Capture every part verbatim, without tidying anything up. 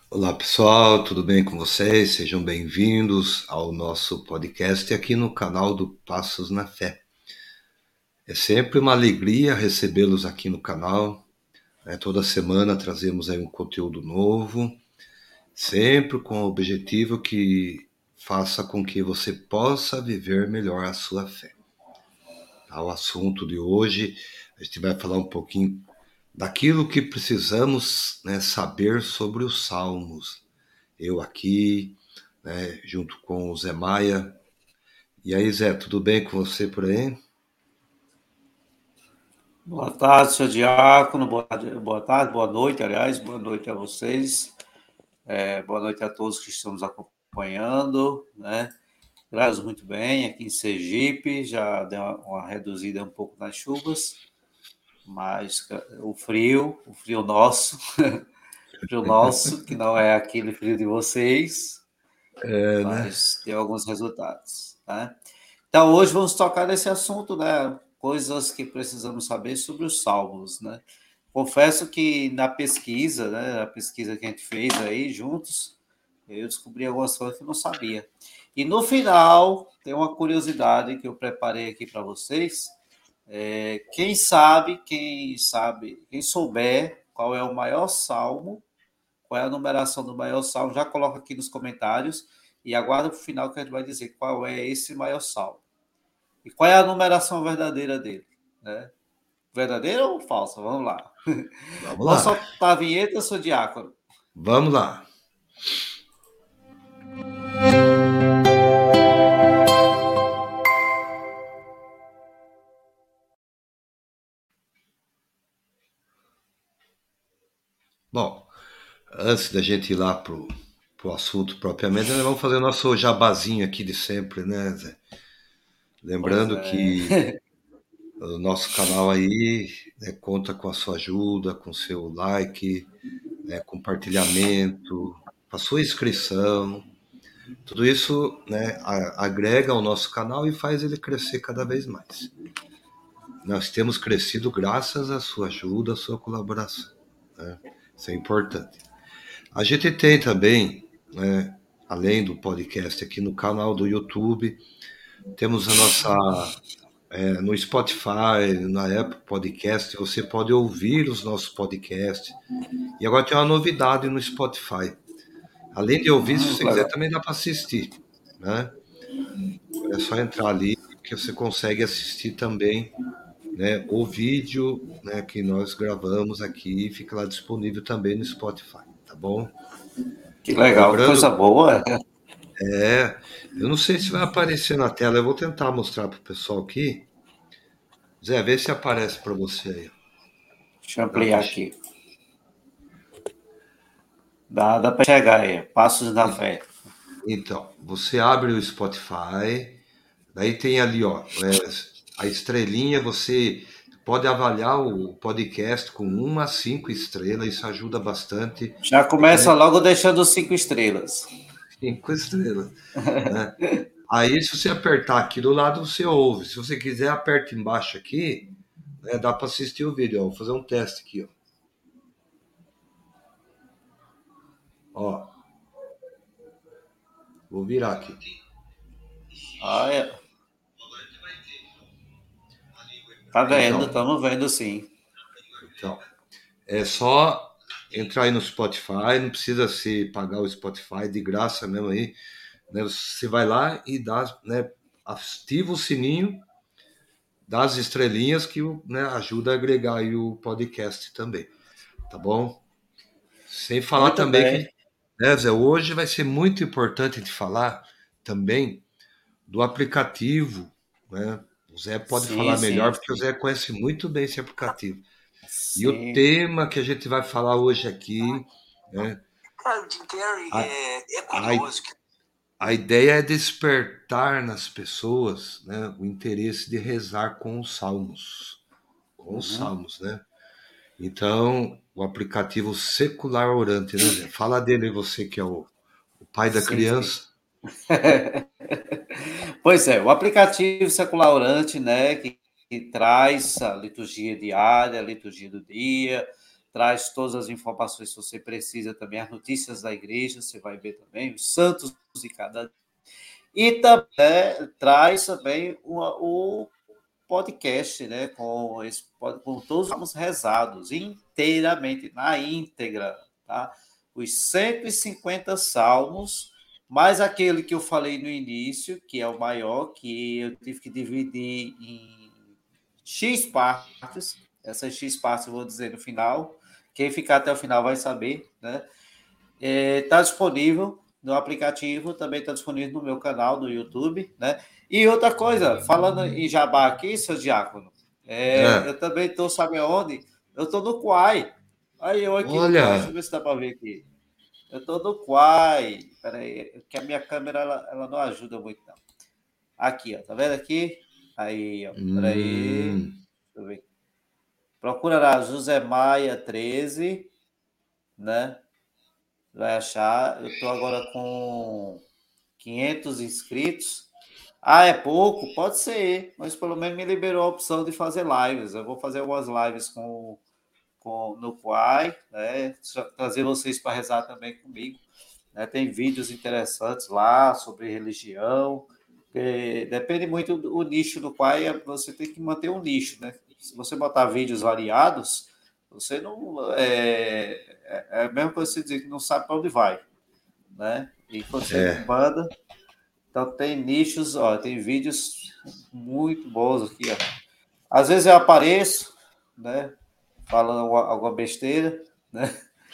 Olá pessoal, tudo bem com vocês? Sejam bem-vindos ao nosso podcast aqui no canal do Passos na Fé. É sempre uma alegria recebê-los aqui no canal, né? Toda semana trazemos aí um conteúdo novo, sempre com o objetivo que faça com que você possa viver melhor a sua fé. Tá, o assunto de hoje, a gente vai falar um pouquinho daquilo que precisamos, né, saber sobre os Salmos. Eu aqui, né, junto com o Zé Maia. E aí, Zé, tudo bem com você por aí? Boa tarde, seu Diácono. Boa, boa tarde, boa noite, aliás. Boa noite a vocês. É, boa noite a todos que estão nos acompanhando, né? Graças muito bem. Aqui em Sergipe já deu uma, uma reduzida um pouco nas chuvas, mas o frio, o frio nosso, o frio nosso, que não é aquele frio de vocês, É, né? mas deu alguns resultados, né? Então, hoje vamos tocar nesse assunto, né? Coisas que precisamos saber sobre os salmos, né? Confesso que na pesquisa, né, a pesquisa que a gente fez aí juntos, eu descobri algumas coisas que eu não sabia. E no final, tem uma curiosidade que eu preparei aqui para vocês. É, quem sabe, quem sabe, quem souber qual é o maior salmo, qual é a numeração do maior salmo, já coloca aqui nos comentários e aguarda para o final que a gente vai dizer qual é esse maior salmo. E qual é a numeração verdadeira dele, né? Verdadeira ou falsa? Vamos lá. Vamos Posso lá. soltar a vinheta, seu diácono? Vamos lá. Bom, antes da gente ir lá pro, pro assunto propriamente, nós vamos fazer o nosso jabazinho aqui de sempre, né, Zé? Pois Lembrando que é. o nosso canal aí, né, conta com a sua ajuda, com seu like, né, compartilhamento, com a sua inscrição. Tudo isso, né, a- agrega ao nosso canal e faz ele crescer cada vez mais. Nós temos crescido graças à sua ajuda, à sua colaboração, né? Isso é importante. A gente tem também, né, além do podcast aqui no canal do YouTube, temos a nossa é, no Spotify, na Apple Podcast, você pode ouvir os nossos podcasts. E agora tem uma novidade no Spotify. Além de ouvir, se Hum, você que quiser, legal. também dá para assistir, né? É só entrar ali que você consegue assistir também, né, o vídeo, né, que nós gravamos aqui e fica lá disponível também no Spotify, tá bom? Que legal, que Lembrando, coisa boa. é, eu não sei se vai aparecer na tela, eu vou tentar mostrar para o pessoal aqui. Zé, vê se aparece para você aí. Deixa eu Dá ampliar para. aqui. Dá, dá para chegar aí. Passos da fé. Então, você abre o Spotify, daí tem ali, ó, é, a estrelinha, você pode avaliar o podcast com uma a cinco estrelas, isso ajuda bastante, Já porque começa aí logo deixando cinco estrelas. cinco estrelas, né? Aí, se você apertar aqui do lado, você ouve. Se você quiser, aperta embaixo aqui, né, dá para assistir o vídeo. Ó. Vou fazer um teste aqui, ó. Ó, vou virar aqui. Ah, é. Tá vendo? Então, Estamos vendo sim. então, é só entrar aí no Spotify, não precisa se pagar o Spotify de graça mesmo aí, né? Você vai lá e dá, né, ativa o sininho, dá as estrelinhas que, né, ajuda a agregar aí o podcast também, tá bom? Sem falar Muito também bem. que, né, Zé, hoje vai ser muito importante de falar também do aplicativo, né? O Zé pode Sim, falar melhor sim, porque o sim. Zé conhece muito bem esse aplicativo. E o Sim. tema que a gente vai falar hoje aqui, né? Cara, o Jim Carrey A, é, é a, curioso. a ideia é despertar nas pessoas, né, o interesse de rezar com os salmos, com os Uhum. salmos, né? Então, o aplicativo Secular Orante, né, Zé? Fala dele, você que é o, o pai da Sim, sim. criança. Pois é, o aplicativo Secular Orante, né, que, que traz a liturgia diária, a liturgia do dia, traz todas as informações que você precisa também, as notícias da igreja, você vai ver também, os santos de cada dia. E também né, traz também uma, o podcast, né, com, esse, com todos os rezados, inteiramente, na íntegra, tá? Os cento e cinquenta salmos, mais aquele que eu falei no início, que é o maior, que eu tive que dividir em X partes, essas X partes eu vou dizer no final, quem ficar até o final vai saber, né? Está é, disponível no aplicativo, também está disponível no meu canal do YouTube, né? E outra coisa, falando em jabá aqui, seu Diácono, é, É. eu também estou, sabe aonde? Eu estou no Quai. Aí eu aqui no Quai, deixa Olha, eu ver se dá para ver aqui. Eu estou no Quai. Peraí, que a minha câmera ela, ela não ajuda muito, não. Aqui, ó, tá vendo aqui? Aí, ó, peraí. hum, Deixa eu ver. Procura lá, José Maia treze, né? Vai achar. Eu estou agora com quinhentos inscritos. Ah, é pouco? Pode ser, mas pelo menos me liberou a opção de fazer lives. Eu vou fazer algumas lives com, com, no Quai, né? Trazer vocês para rezar também comigo. Né? Tem vídeos interessantes lá sobre religião. Depende muito do o nicho do Quai, você tem que manter um nicho, né? Se você botar vídeos variados, você não. É, é, é a mesma coisa que você dizer que não sabe para onde vai, né? E quando você é. manda, então tem nichos, ó, tem vídeos muito bons aqui, ó. Às vezes eu apareço, né, falando alguma, alguma besteira, né?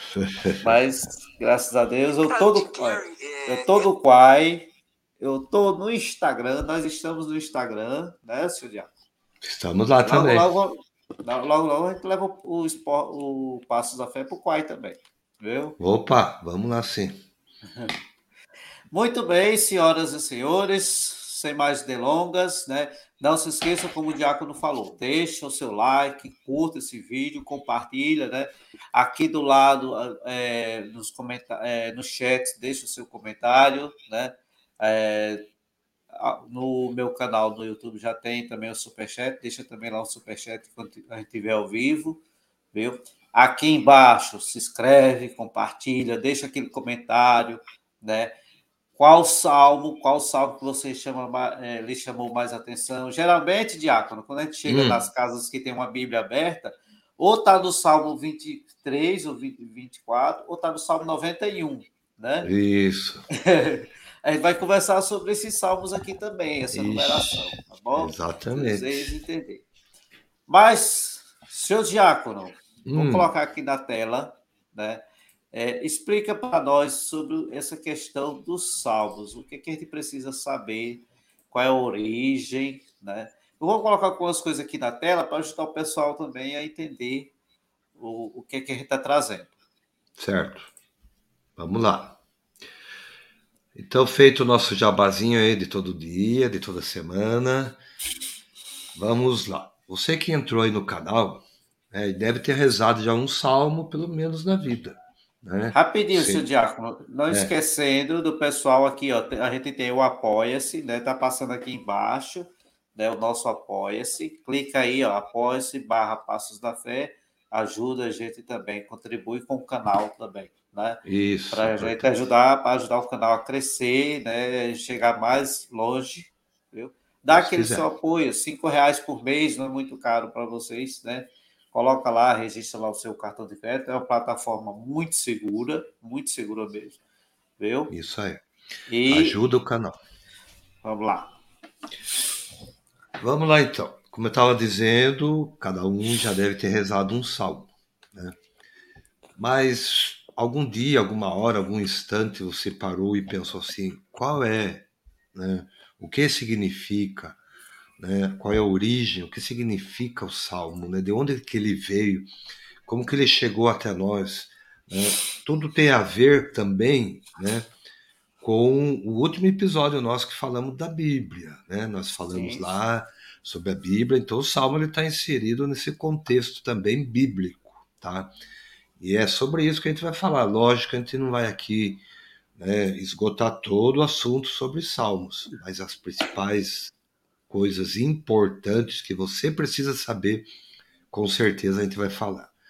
Mas graças a Deus eu tô no, olha, eu tô no Quai, eu tô no Instagram, nós estamos no Instagram, né, seu Diabo? Estamos lá Logo, também. logo, logo, logo a gente leva o, o, o Passos da Fé pro Quai também, viu? Opa, vamos lá sim. Muito bem, senhoras e senhores, sem mais delongas, né? Não se esqueça, como o Diácono falou, deixa o seu like, curta esse vídeo, compartilha, né? Aqui do lado, é, nos comentar, é, no chat, deixa o seu comentário, né? É, no meu canal no YouTube já tem também o Superchat, deixa também lá o Superchat quando a gente estiver ao vivo, viu? Aqui embaixo, se inscreve, compartilha, deixa aquele comentário, né? Qual salmo, qual salmo que você chama, é, lhe chamou mais atenção? Geralmente, Diácono, quando a gente chega nas Hum, casas que tem uma Bíblia aberta, ou está no Salmo vinte e três ou vinte e quatro, ou está no Salmo noventa e um, né? isso. A gente vai conversar sobre esses salmos aqui também, essa numeração, Ixi, tá bom? Para vocês exatamente. entenderem. Mas, seu Diácono, vou Hum, colocar aqui na tela, né? É, explica para nós sobre essa questão dos salmos, o que, que a gente precisa saber, qual é a origem, né? Eu vou colocar algumas coisas aqui na tela para ajudar o pessoal também a entender o, o que, que a gente está trazendo. certo. Vamos lá. Então, feito o nosso jabazinho aí de todo dia, de toda semana, vamos lá. Você que entrou aí no canal, né, deve ter rezado já um salmo, pelo menos na vida, né? Rapidinho, seu Sim. Diácono, não É, esquecendo do pessoal aqui, ó, a gente tem o Apoia-se, né? Tá passando aqui embaixo, né? O nosso Apoia-se. Clica aí, ó, Apoia-se barra Passos da Fé, ajuda a gente também, contribui com o canal também, né? isso, Para a gente importante. ajudar, para ajudar o canal a crescer, né? Chegar mais longe, viu? Dá Deus aquele seu quiser. apoio, cinco reais por mês, não é muito caro para vocês, né? Coloca lá, registra lá o seu cartão de crédito. É uma plataforma muito segura, muito segura mesmo, viu? Isso aí. E Ajuda o canal. vamos lá. Vamos lá então. Como eu estava dizendo, cada um já deve ter rezado um salmo, né? Mas algum dia, alguma hora, algum instante você parou e pensou assim: qual é, né? O que significa, né? Qual é a origem? O que significa o salmo, né? De onde que ele veio? Como que ele chegou até nós, né? Tudo tem a ver também, né? Com o último episódio nosso que falamos da Bíblia, né? Nós falamos Sim, sim. lá sobre a Bíblia, então o Salmo está inserido nesse contexto também bíblico, tá? E é sobre isso que a gente vai falar. Lógico que a gente não vai aqui, né, esgotar todo o assunto sobre Salmos, mas as principais coisas importantes que você precisa saber, com certeza a gente vai falar.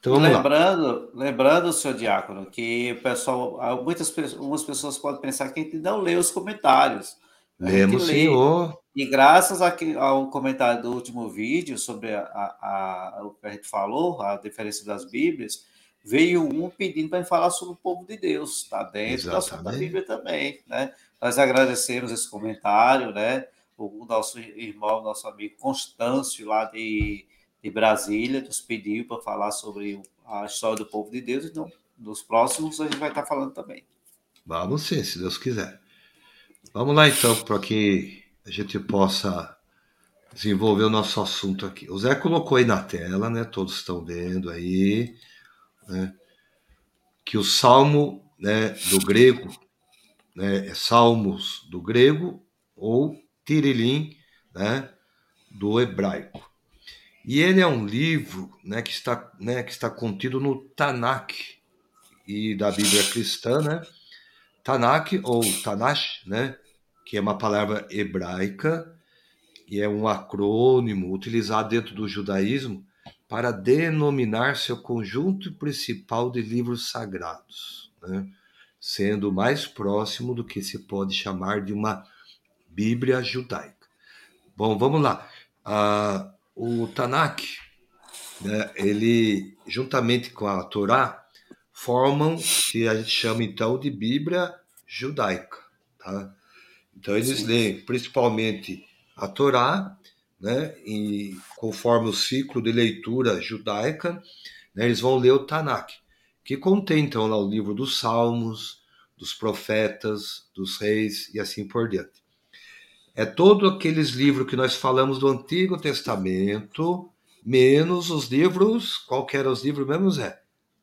Então E vamos lá. lembrando, lembrando, senhor Diácono, que o pessoal, ah, muitas pessoas, algumas pessoas podem pensar que a gente não lê os comentários. A gente Lemos, lê, senhor. e graças aqui ao comentário do último vídeo sobre a, a, a- o que a gente falou, a diferença das Bíblias, veio um pedindo para falar sobre o povo de Deus, está dentro da Santa Exatamente. Bíblia também, né? Nós agradecemos esse comentário, né? O nosso irmão, nosso amigo Constâncio, lá de de Brasília, nos pediu para falar sobre a história do povo de Deus, então nos próximos a gente vai estar falando também. Vamos sim, se Deus quiser. Vamos lá então, para que a gente possa desenvolver o nosso assunto aqui. O Zé colocou aí na tela, né? Todos estão vendo aí, né? Que o salmo, né, do grego, né, é salmos do grego ou tirilim, né, do hebraico. E ele é um livro, né, que está, né, que está contido no Tanakh e da Bíblia cristã, né? Tanakh ou Tanash, né, que é uma palavra hebraica e é um acrônimo utilizado dentro do judaísmo para denominar seu conjunto principal de livros sagrados, né? Sendo mais próximo do que se pode chamar de uma Bíblia judaica. Bom, vamos lá. Ah, o Tanakh, né, ele, juntamente com a Torá, formam o que a gente chama então de Bíblia judaica. Tá? Então eles Sim, leem principalmente a Torá, né, e conforme o ciclo de leitura judaica, né, eles vão ler o Tanakh, que contém então lá o livro dos Salmos, dos profetas, dos reis e assim por diante. É todo aqueles livros que nós falamos do Antigo Testamento, menos os livros, qual que eram os livros mesmo, Zé?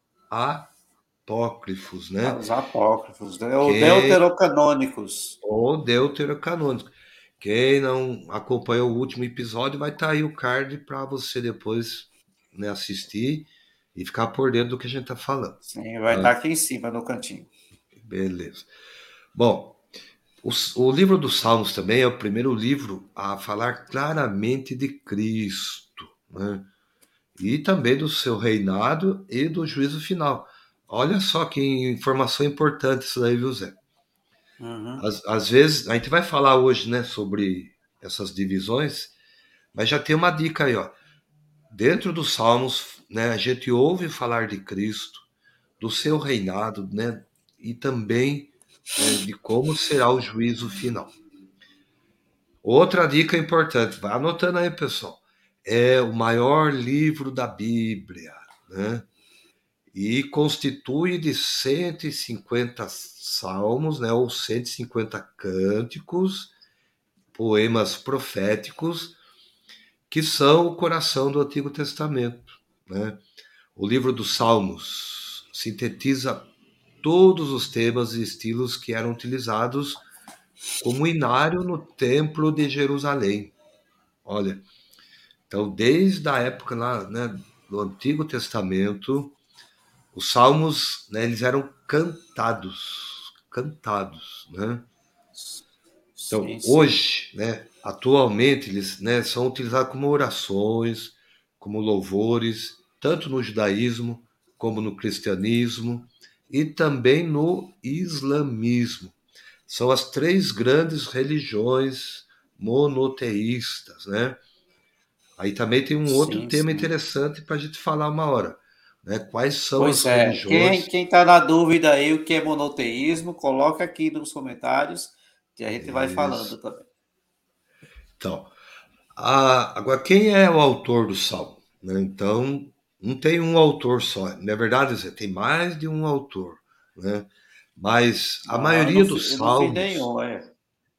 Apócrifos, né? os apócrifos, né? Ou Quem, deuterocanônicos. ou deuterocanônico. Quem não acompanhou o último episódio, vai estar aí o card para você depois, né, assistir e ficar por dentro do que a gente está falando. Sim, vai estar Tá? aqui em cima no cantinho. Beleza. Bom, o, o livro dos Salmos também é o primeiro livro a falar claramente de Cristo, né? E também do seu reinado e do juízo final. Olha só que informação importante isso daí, viu, Zé? Uhum. Às, às vezes, a gente vai falar hoje, né, sobre essas divisões, mas já tem uma dica aí, ó. Dentro dos Salmos, né, a gente ouve falar de Cristo, do seu reinado, né, e também, né, de como será o juízo final. Outra dica importante, vai anotando aí, pessoal. É o maior livro da Bíblia, né? E constitui de cento e cinquenta salmos, né, ou cento e cinquenta cânticos, poemas proféticos, que são o coração do Antigo Testamento, né? O livro dos Salmos sintetiza todos os temas e estilos que eram utilizados como inário no Templo de Jerusalém. Olha, então desde a época lá, né, do Antigo Testamento, os salmos, né, eles eram cantados, cantados, né? Então, Sim, sim. hoje, né, atualmente, eles, né, são utilizados como orações, como louvores, tanto no judaísmo como no cristianismo e também no islamismo. São as três grandes religiões monoteístas, né? Aí também tem um outro Sim, tema sim. interessante para a gente falar uma hora, né? Quais são Pois as é. Quem religiões? quem está na dúvida aí o que é monoteísmo, coloca aqui nos comentários que a gente vai Isso. falando também. Então, a- agora, quem é o autor do Salmo? Né? Então, não tem um autor só. Na verdade, Zé, tem mais de um autor, né? Mas a Não, eu não, maioria fi- dos eu não fiz salmos, nenhum, é.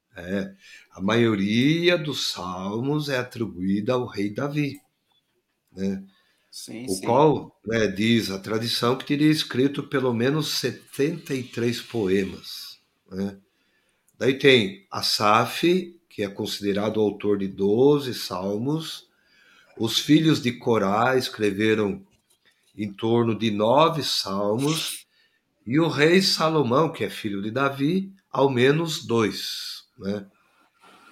a maioria dos salmos é atribuída ao rei Davi, né? Sim, O sim. qual, né, diz a tradição que teria escrito pelo menos setenta e três poemas, né? Daí tem Asaf, que é considerado o autor de doze salmos. Os filhos de Corá escreveram em torno de nove salmos, e o rei Salomão, que é filho de Davi, ao menos dois, né?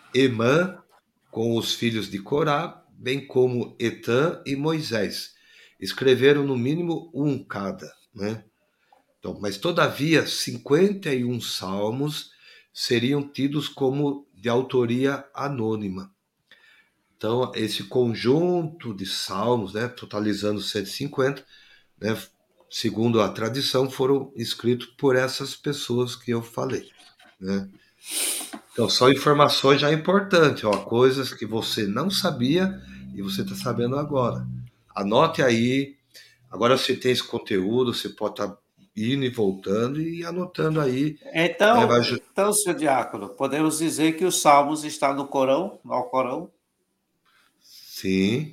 Emã, com os filhos de Corá, bem como Etã e Moisés, escreveram no mínimo um cada, né? Então, mas todavia, cinquenta e um salmos seriam tidos como de autoria anônima. Então, esse conjunto de salmos, né, totalizando cento e cinquenta, né, segundo a tradição, foram escritos por essas pessoas que eu falei, né? Então, são informações já importantes, ó, coisas que você não sabia e você está sabendo agora. Anote aí. Agora você tem esse conteúdo, você pode estar indo e voltando e anotando aí, né? Vai Então, aju- então, senhor Diácono, podemos dizer que os Salmos estão no Corão, no Alcorão? Sim,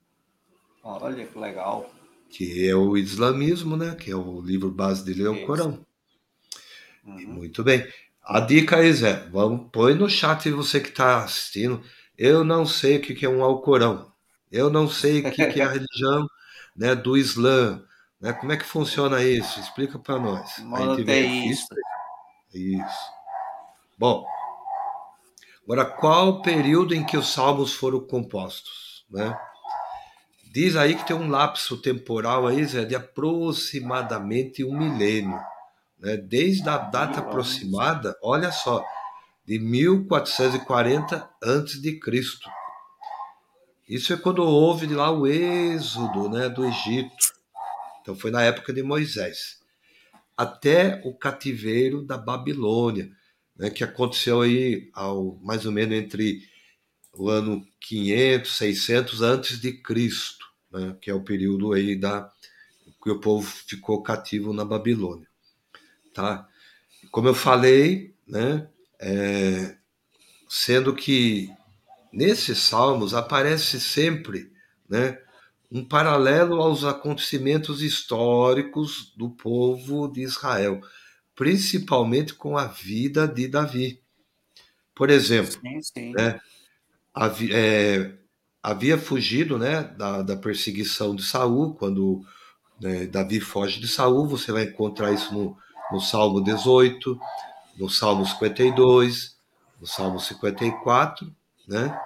Olha que legal. que é o islamismo, né? Que é o livro base dele é o Isso. Corão. E Uhum. muito bem. A dica aí, Zé, vamos, põe no chat você que está assistindo. Eu não sei o que que é um Alcorão. Eu não sei o que que é a religião, né, do Islã, né? Como é que funciona isso? Explica para nós. A gente vem aqui, Monoteísta. explica. Isso. Bom, agora qual o período em que os salmos foram compostos, né? Diz aí que tem um lapso temporal aí, Zé, de aproximadamente um milênio, né? Desde a data Mil anos. aproximada, olha só, de mil quatrocentos e quarenta antes de Cristo. Isso é quando houve lá o êxodo, né, do Egito. Então foi na época de Moisés, até o cativeiro da Babilônia, né, que aconteceu aí ao mais ou menos entre o ano quinhentos, seiscentos antes de Cristo, né, que é o período aí da que o povo ficou cativo na Babilônia, tá? Como eu falei, né, é, sendo que nesses salmos aparece sempre, né, um paralelo aos acontecimentos históricos do povo de Israel, principalmente com a vida de Davi. Por exemplo, Sim, sim. né, havia, é, havia fugido, né, da, da perseguição de Saul, quando, né, Davi foge de Saul, você vai encontrar isso no, no Salmo dezoito, no Salmo cinquenta e dois, no Salmo cinquenta e quatro, né?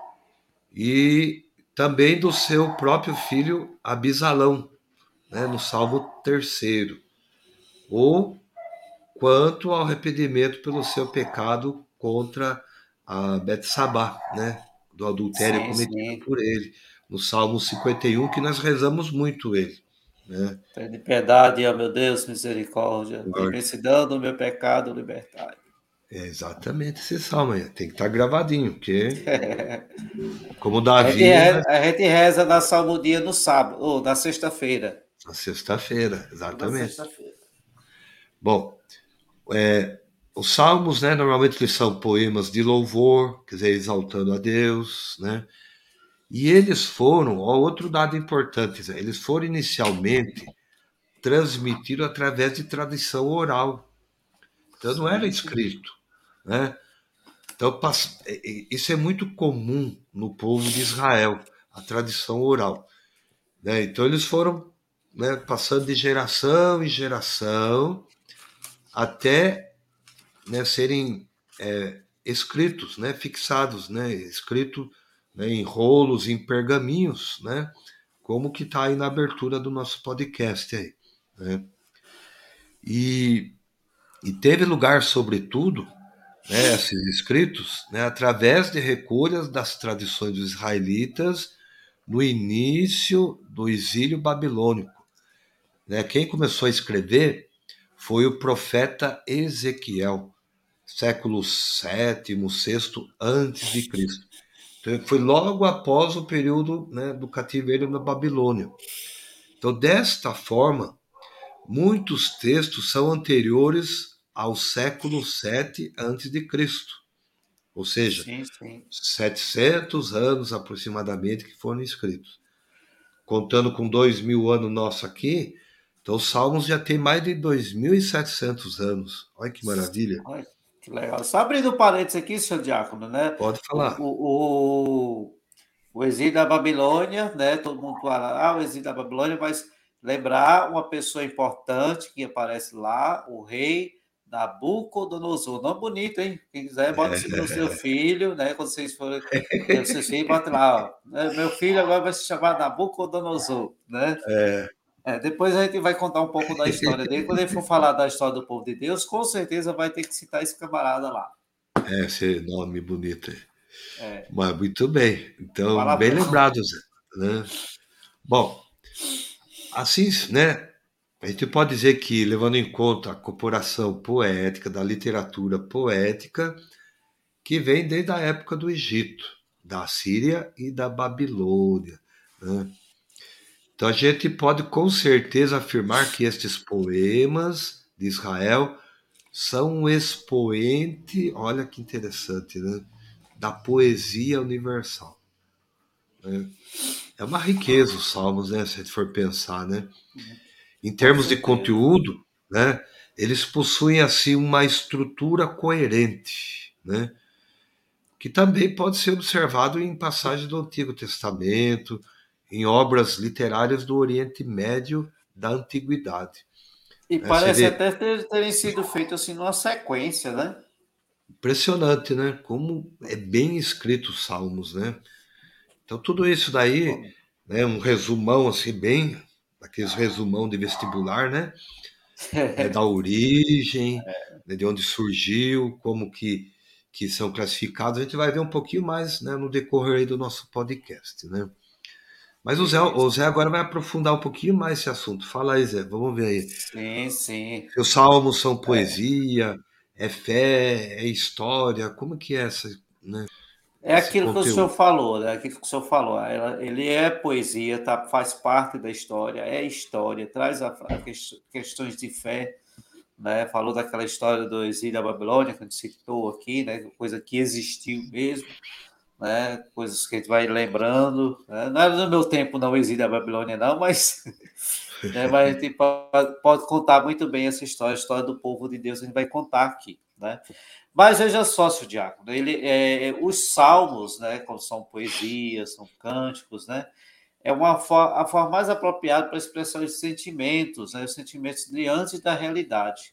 E também do seu próprio filho Abisalão, né, no Salmo terceiro, ou quanto ao arrependimento pelo seu pecado contra a Betsabá, né, do adultério Sim, cometido sim. por ele, no Salmo cinquenta e um, que nós rezamos muito ele, né? Tende piedade, ó meu Deus, misericórdia. De imensidão do meu pecado, libertai. É exatamente esse salmo aí, tem que estar gravadinho, porque como A gente, Davi, re- nós... a gente reza na salmodia no sábado, ou na sexta-feira. na sexta-feira, Na exatamente. sexta-feira. Bom, os salmos, né, normalmente eles são poemas de louvor, quer dizer, exaltando a Deus, né? E eles foram, ó, outro dado importante, Zé, eles foram inicialmente transmitidos através de tradição oral. Então não era Sim, sim. escrito, né? Então isso é muito comum no povo de Israel, a tradição oral, né? Então eles foram, né, passando de geração em geração até, né, serem é, escritos, né, fixados, né, escrito, né, em rolos, em pergaminhos, né, como que está aí na abertura do nosso podcast aí, né? E, e teve lugar, sobretudo, né, esses escritos, né, através de recolhas das tradições dos israelitas no início do exílio babilônico, né? Quem começou a escrever foi o profeta Ezequiel, século sétimo, sexto antes de Cristo. Então, foi logo após o período, né, do cativeiro na Babilônia. Então, desta forma, muitos textos são anteriores ao século sete antes de Cristo, ou seja, Sim, sim. setecentos anos aproximadamente que foram escritos. Contando com dois mil anos nosso aqui, então os Salmos já tem mais de dois mil e setecentos anos. Olha que maravilha. Olha, que legal. Só abrindo parênteses aqui, senhor Diácono, né? Pode O, falar. o, o, o exílio da Babilônia, né? Todo mundo fala, ah, o exílio da Babilônia, mas lembrar uma pessoa importante que aparece lá, o rei Nabucodonosor. Nome bonito, hein? Quem quiser, bota no seu filho, né? Quando vocês forem ter os seus filhos, bota lá, ó. Meu filho agora vai se chamar Nabucodonosor, né? É, É, depois a gente vai contar um pouco da história dele. Quando ele for falar da história do povo de Deus, com certeza vai ter que citar esse camarada lá. é esse nome bonito aí. É, Mas muito bem. Então, bem palavrão. lembrado, Zé, né? Bom, assim, né? A gente pode dizer que, levando em conta a corporação poética, da literatura poética, que vem desde a época do Egito, da Síria e da Babilônia, né? Então a gente pode com certeza afirmar que estes poemas de Israel são um expoente, olha que interessante, né? Da poesia universal. Né? É uma riqueza os salmos, né? Se a gente for pensar, né? Em Com termos de certeza. conteúdo, né? Eles possuem assim uma estrutura coerente, né? Que também pode ser observado em passagens do Antigo Testamento, em obras literárias do Oriente Médio da Antiguidade. E Né? Você parece vê, até ter, terem sido feitos assim numa sequência, né? impressionante, né? Como é bem escrito os Salmos, né? Então tudo isso daí, né? Um resumão assim bem, aqueles resumão de vestibular, né? É da origem, né? De onde surgiu, como que que são classificados. A gente vai ver um pouquinho mais, né? No decorrer aí do nosso podcast, né? Mas o Zé, o Isso. Zé agora vai aprofundar um pouquinho mais esse assunto. Fala aí, Zé, vamos ver aí. Sim, sim. Seus salmos são poesia, é fé, é história, como que é essa, né, É esse aquilo que o senhor conteúdo? falou, né? Aquilo que o senhor falou. Ela- Ele é poesia, tá? Faz parte da história, é história, traz a, a ques- questões de fé, né? Falou daquela história do exílio da Babilônia, que a gente citou aqui, né? Coisa que existiu mesmo, né? Coisas que a gente vai lembrando, né? Não era no meu tempo, não, o exílio da Babilônia, não, mas, né? Mas a gente pode, pode contar muito bem essa história, a história do povo de Deus, a gente vai contar aqui, né? Mas veja só, seu Diácono, ele, é, os salmos, né, como são poesias, são cânticos, né, é uma for, a forma mais apropriada para expressar os sentimentos, né, os sentimentos diante da realidade.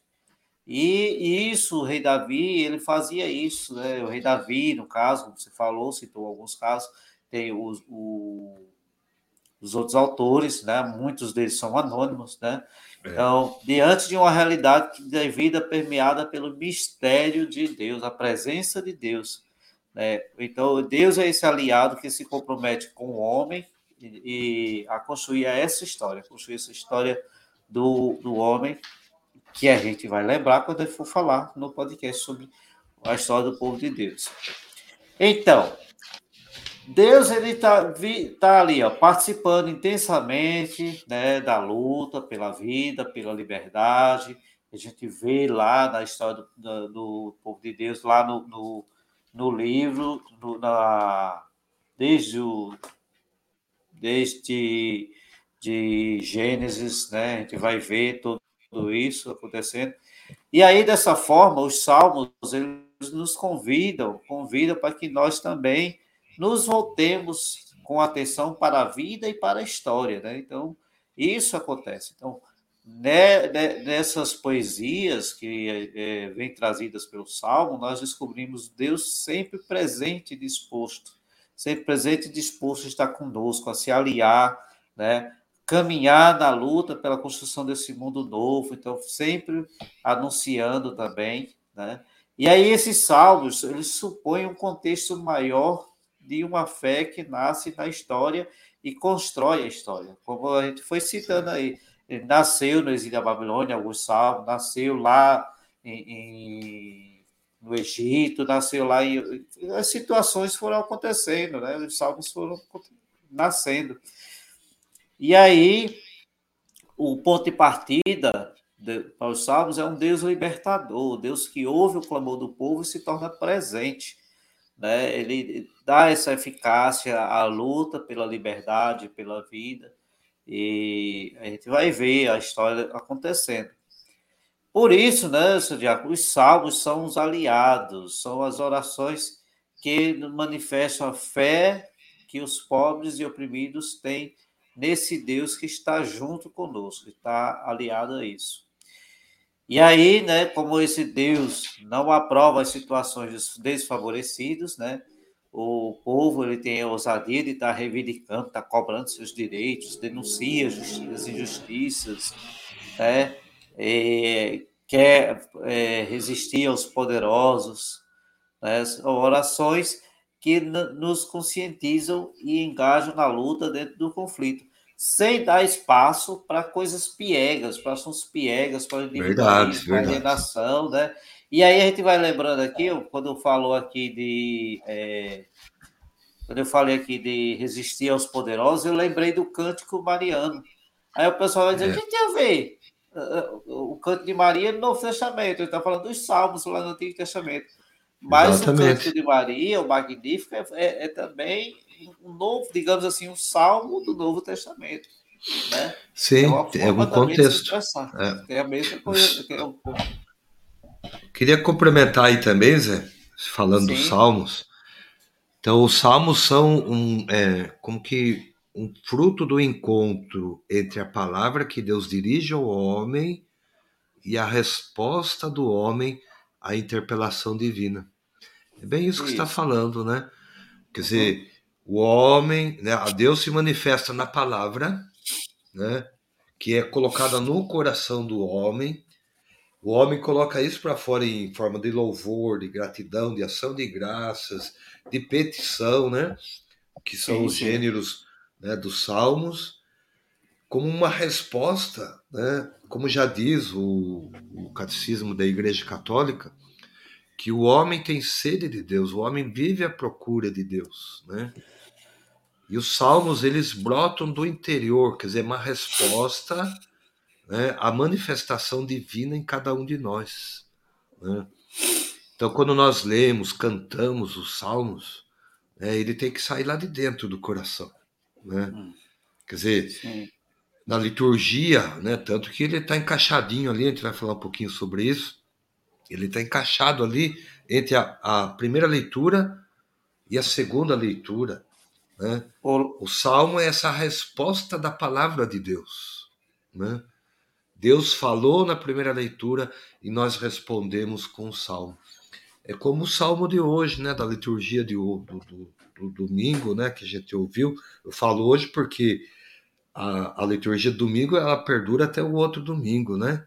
E isso, o rei Davi, ele fazia isso, né? O rei Davi, no caso, como você falou, citou alguns casos, tem os, o, os outros autores, né? Muitos deles são anônimos, né? É, Então, diante de uma realidade da vida permeada pelo mistério de Deus, a presença de Deus, né? Então, Deus é esse aliado que se compromete com o homem e, e a construir essa história, construir essa história do, do homem que a gente vai lembrar quando ele for falar no podcast sobre a história do povo de Deus. Então, Deus ele está tá ali, ó, participando intensamente, né, da luta pela vida, pela liberdade. A gente vê lá na história do, do, do povo de Deus, lá no, no, no livro, no, na, desde, o, desde de Gênesis, né, a gente vai ver tudo, tudo isso acontecendo. E aí, dessa forma, os salmos eles nos convidam, convidam para que nós também nos voltemos com atenção para a vida e para a história, né? Então, isso acontece. Então, né, né, nessas poesias que é, vêm trazidas pelo Salmo, nós descobrimos Deus sempre presente e disposto, sempre presente e disposto a estar conosco, a se aliar, né? Caminhar na luta pela construção desse mundo novo. Então, sempre anunciando também, né? E aí esses salmos, eles supõem um contexto maior de uma fé que nasce na história e constrói a história. Como a gente foi citando certo. aí, ele nasceu no exílio da Babilônia, alguns salmos, nasceu lá em, em, no Egito, nasceu lá e as situações foram acontecendo, né? Os salmos foram nascendo. E aí o ponto de partida de, para os salmos é um Deus libertador, Deus que ouve o clamor do povo e se torna presente, né? Ele dá essa eficácia à luta pela liberdade, pela vida, e a gente vai ver a história acontecendo. Por isso, né, seu Diácono, os salmos são os aliados, são as orações que manifestam a fé que os pobres e oprimidos têm nesse Deus que está junto conosco, que está aliado a isso. E aí, né, como esse Deus não aprova as situações dos desfavorecidos, né, o povo ele tem a ousadia de estar reivindicando, estar cobrando seus direitos, denuncia as injustiças, né, é, quer é, resistir aos poderosos, né, são orações que nos conscientizam e engajam na luta dentro do conflito, sem dar espaço para coisas piegas, para assuntos piegas, para o Verdade, individualismo, para a verdade. alienação, né? E aí a gente vai lembrando aqui, quando eu falo aqui de. É, quando eu falei aqui de resistir aos poderosos, eu lembrei do cântico mariano. Aí o pessoal vai dizer: o É, que tem a ver? O canto de Maria no Novo Testamento, ele está falando dos salmos lá no Antigo Testamento. Mas o Cântico exatamente. de Maria, o Magnífico, é, é, é também um novo, digamos assim, um salmo do Novo Testamento, né? É uma Sim, tem forma algum também de se contexto. expressar. É. É a mesma coisa. Os- Que é um, Queria complementar aí também, Zé, falando dos sim, salmos. Então, os salmos são um, é, como que um fruto do encontro entre a palavra que Deus dirige ao homem e a resposta do homem à interpelação divina. É bem isso que está isso. falando, né? Quer Uhum, dizer, o homem, né, a Deus se manifesta na palavra, né, que é colocada no coração do homem. O homem coloca isso para fora em forma de louvor, de gratidão, de ação de graças, de petição, né? Que são sim, os sim. gêneros, né, dos salmos, como uma resposta, né? Como já diz o, o catecismo da Igreja Católica, que o homem tem sede de Deus, o homem vive à procura de Deus, né? E os salmos eles brotam do interior, quer dizer, uma resposta, né, à manifestação divina em cada um de nós, né? Então, quando nós lemos, cantamos os salmos, né, ele tem que sair lá de dentro do coração, né? Hum, Quer dizer, sim, na liturgia, né, tanto que ele está encaixadinho ali, a gente vai falar um pouquinho sobre isso, ele está encaixado ali entre a, a primeira leitura e a segunda leitura, né? o, O salmo é essa resposta da palavra de Deus, né? Deus falou na primeira leitura e nós respondemos com o salmo. É como o salmo de hoje, né, da liturgia de, do, do, do domingo, né, que a gente ouviu. Eu falo hoje porque a, a liturgia do domingo ela perdura até o outro domingo, né?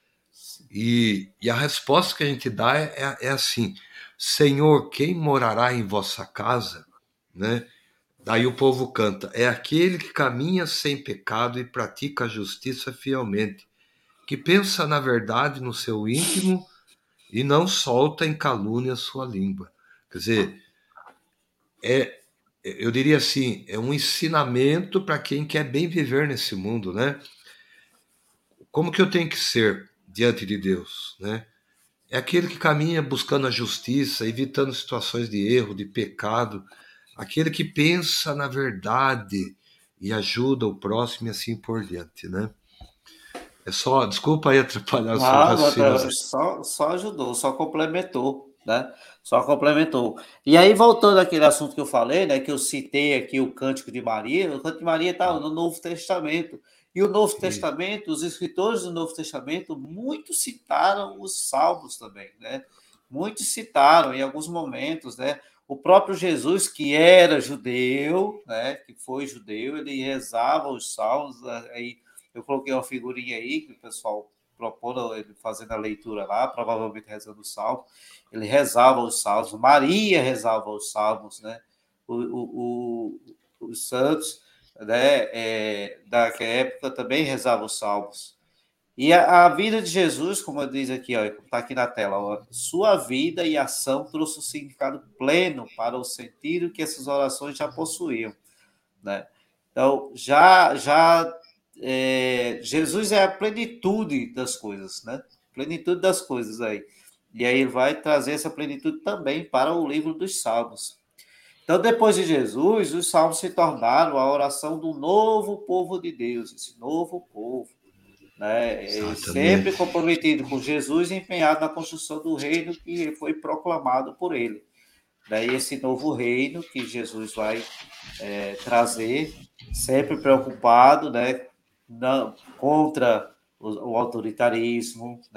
E, e a resposta que a gente dá é, é, é assim: Senhor, quem morará em vossa casa, né? Daí o povo canta: é aquele que caminha sem pecado e pratica a justiça fielmente, que pensa na verdade no seu íntimo e não solta em calúnia a sua língua. Quer dizer, é, eu diria assim, é um ensinamento para quem quer bem viver nesse mundo, né? Como que eu tenho que ser diante de Deus, né? É aquele que caminha buscando a justiça, evitando situações de erro, de pecado, aquele que pensa na verdade e ajuda o próximo e assim por diante, né? É só, desculpa aí atrapalhar o seu não, raciocínio, até- Zé. só, só ajudou, só complementou, né? Só complementou. E aí, voltando àquele assunto que eu falei, né? Que eu citei aqui o Cântico de Maria, o Cântico de Maria está no Novo Testamento. E o Novo Isso. Testamento, os escritores do Novo Testamento, muitos citaram os Salmos também, né? Muitos citaram em alguns momentos, né? O próprio Jesus, que era judeu, né? Que foi judeu, ele rezava os Salmos, aí eu coloquei uma figurinha aí que o pessoal propondo ele fazendo a leitura lá, provavelmente rezando o salmo. Ele rezava os salmos, Maria rezava os salmos, né? O, o, o, os santos, né, é, daquela época também rezavam os salmos. E a, a, vida de Jesus, como eu diz aqui, está aqui na tela, ó, sua vida e ação trouxe um significado pleno para o sentido que essas orações já possuíam, né? Então, já, já é, Jesus é a plenitude das coisas, né? Plenitude das coisas aí. E aí ele vai trazer essa plenitude também para o livro dos Salmos. Então, depois de Jesus, os Salmos se tornaram a oração do novo povo de Deus, esse novo povo, né? É sempre Exatamente. comprometido com Jesus e empenhado na construção do reino que foi proclamado por ele. Daí esse novo reino que Jesus vai é, trazer, sempre preocupado, né, não, contra o, o autoritarismo, né,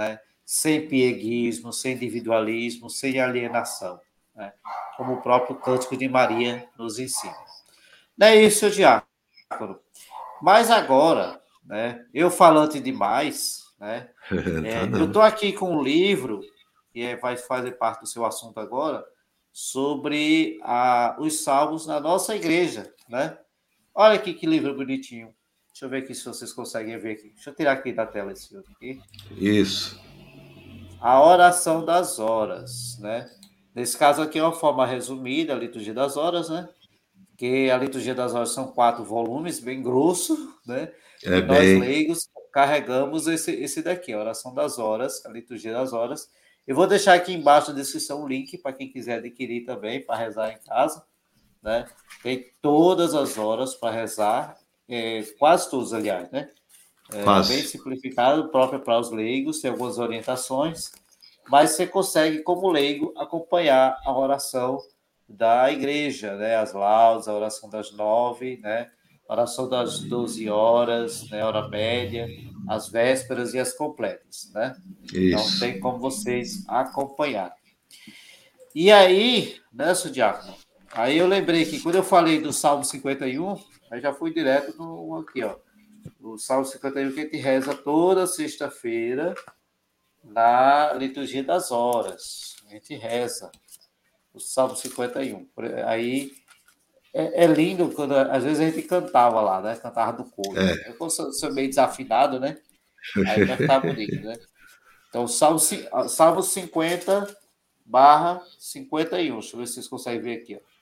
sem pieguismo, sem individualismo, sem alienação, né? Como o próprio Cântico de Maria nos ensina. Não é isso, seu diácono. Mas agora, né, eu falante demais, né, Tá é, eu não. estou aqui com um livro, que é, vai fazer parte do seu assunto agora, sobre a, os salmos na nossa igreja, né? Olha aqui que livro bonitinho. Deixa eu ver aqui se vocês conseguem ver aqui. Deixa eu tirar aqui da tela esse outro aqui. Isso. A oração das horas, né? Nesse caso aqui é uma forma resumida, a liturgia das horas, né? Que a liturgia das horas são quatro volumes, bem grosso, né? É E nós bem. leigos carregamos esse, esse daqui, a oração das horas, a liturgia das horas. Eu vou deixar aqui embaixo na descrição o link para quem quiser adquirir também, para rezar em casa, né? Tem todas as horas para rezar, é, quase todas, aliás, né? É bem Quase. simplificado, próprio para os leigos, tem algumas orientações, mas você consegue, como leigo, acompanhar a oração da igreja, né? As laudes, a oração das nove, né? A oração das doze horas, né? A hora média, as vésperas e as completas, né? Então, Isso. tem como vocês acompanhar. E aí, né, seu diácono? Aí eu lembrei que quando eu falei do Salmo cinquenta e um, aí já fui direto no aqui, ó. O Salmo cinquenta e um que a gente reza toda sexta-feira na liturgia das horas. A gente reza o Salmo cinquenta e um. Aí é, é lindo quando às vezes a gente cantava lá, né? Cantava do coro. É. Eu como sou, sou meio desafinado, né? Aí vai ficar bonito, né? Então, Salmo, Salmo cinquenta barra cinquenta e um. Deixa eu ver se vocês conseguem ver aqui, ó.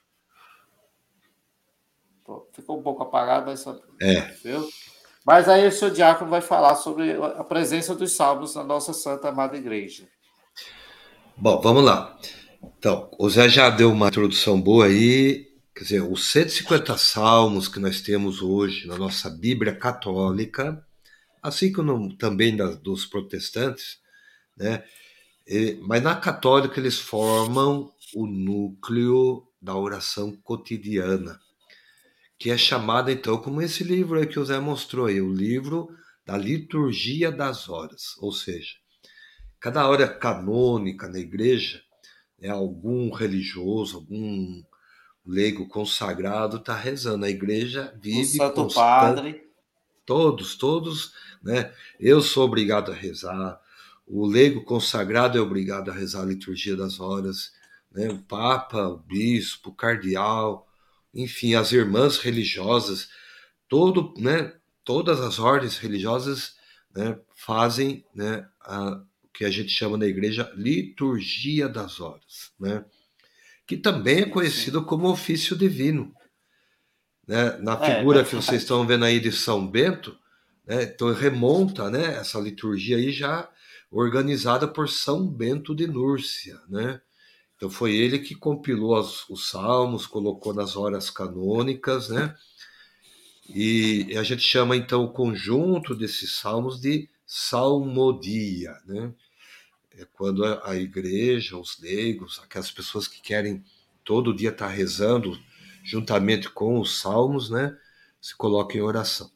Ficou um pouco apagado, mas É. viu? Mas aí o seu diácono vai falar sobre a presença dos salmos na nossa Santa Amada Igreja. Bom, vamos lá. Então, o Zé já deu uma introdução boa aí. Quer dizer, os cento e cinquenta salmos que nós temos hoje na nossa Bíblia Católica, assim como também das, dos protestantes, né? E, mas na católica eles formam o núcleo da oração cotidiana, que é chamada então como esse livro aí que o Zé mostrou aí, o livro da liturgia das horas, ou seja, cada hora canônica na igreja, né, algum religioso, algum leigo consagrado está rezando. A igreja O vive Santo constante, Padre. todos, todos, né? Eu sou obrigado a rezar, o leigo consagrado é obrigado a rezar a liturgia das horas, né? O Papa, o Bispo, o Cardeal, enfim, as irmãs religiosas, todo, né? Todas as ordens religiosas, né? Fazem, né? A, o que a gente chama na igreja liturgia das horas, né? Que também é Sim, sim. conhecido como ofício divino, né? Na É figura que vocês verdade. estão vendo aí de São Bento, né? Então remonta, né? Essa liturgia aí já organizada por São Bento de Núrcia, né? Então foi ele que compilou as, os salmos, colocou nas horas canônicas, né? E a gente chama então o conjunto desses salmos de salmodia, né? É quando a, a igreja, os leigos, aquelas pessoas que querem todo dia estar rezando juntamente com os salmos, né? Se colocam em oração.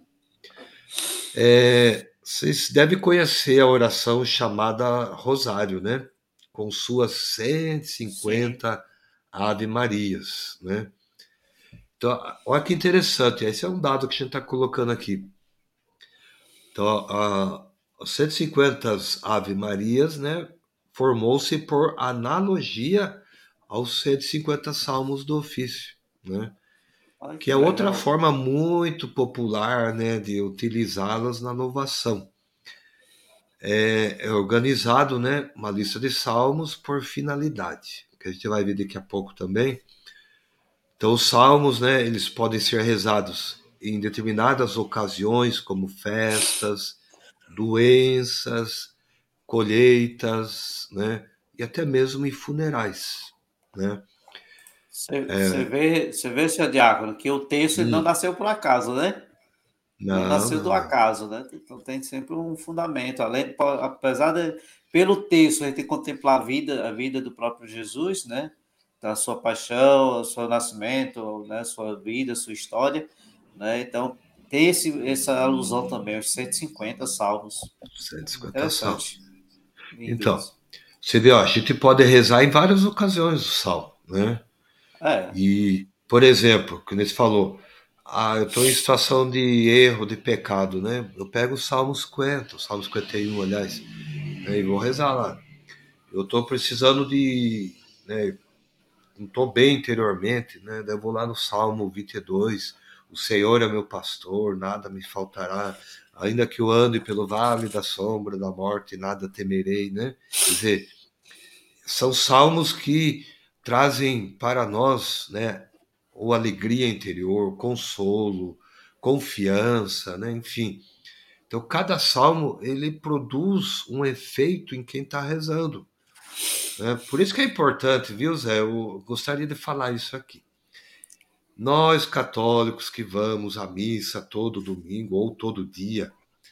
É, vocês devem conhecer a oração chamada Rosário, né? Com suas cento e Sim, cinquenta Ave Marias, né? Então, olha que interessante, esse é um dado que a gente está colocando aqui. Então, a, as cento e cinquenta Ave Marias, né, formou-se por analogia aos cento e cinquenta salmos do ofício, né? olha Que que é outra legal. forma muito popular, né, de utilizá-las na louvação. É, é organizado, né, uma lista de salmos por finalidade, que a gente vai ver daqui a pouco também. Então, os salmos, né, eles podem ser rezados em determinadas ocasiões, como festas, doenças, colheitas, né, e até mesmo em funerais, né? Você, você vê, você vê, seu diácono, que o texto ele não Hum, nasceu por acaso, né? Não não, nasceu do não, não. acaso, né? Então tem sempre um fundamento. Além, apesar de, pelo texto, a gente contemplar a vida, a vida do próprio Jesus, né? Da sua paixão, o seu nascimento, né? Sua vida, sua história, né? Então tem esse, essa alusão também aos cento e cinquenta salmos. cento e cinquenta salmos. Interessante. Então, Lindos. você vê, ó, a gente pode rezar em várias ocasiões o salmo, né? É, E, por exemplo, como você falou, ah, eu estou em situação de erro, de pecado, né? Eu pego o Salmo cinquenta, o Salmo cinquenta e um, aliás, né? E vou rezar lá. Eu estou precisando de, né, não estou bem interiormente, né? Daí eu vou lá no Salmo vinte e dois, o Senhor é meu pastor, nada me faltará, ainda que eu ande pelo vale da sombra da morte, nada temerei, né? Quer dizer, são salmos que trazem para nós, né, ou alegria interior, consolo, confiança, né, enfim. Então, cada salmo ele produz um efeito em quem está rezando, né? Por isso que é importante, viu, Zé? Eu gostaria de falar isso aqui. Nós, católicos que vamos à missa todo domingo ou todo dia,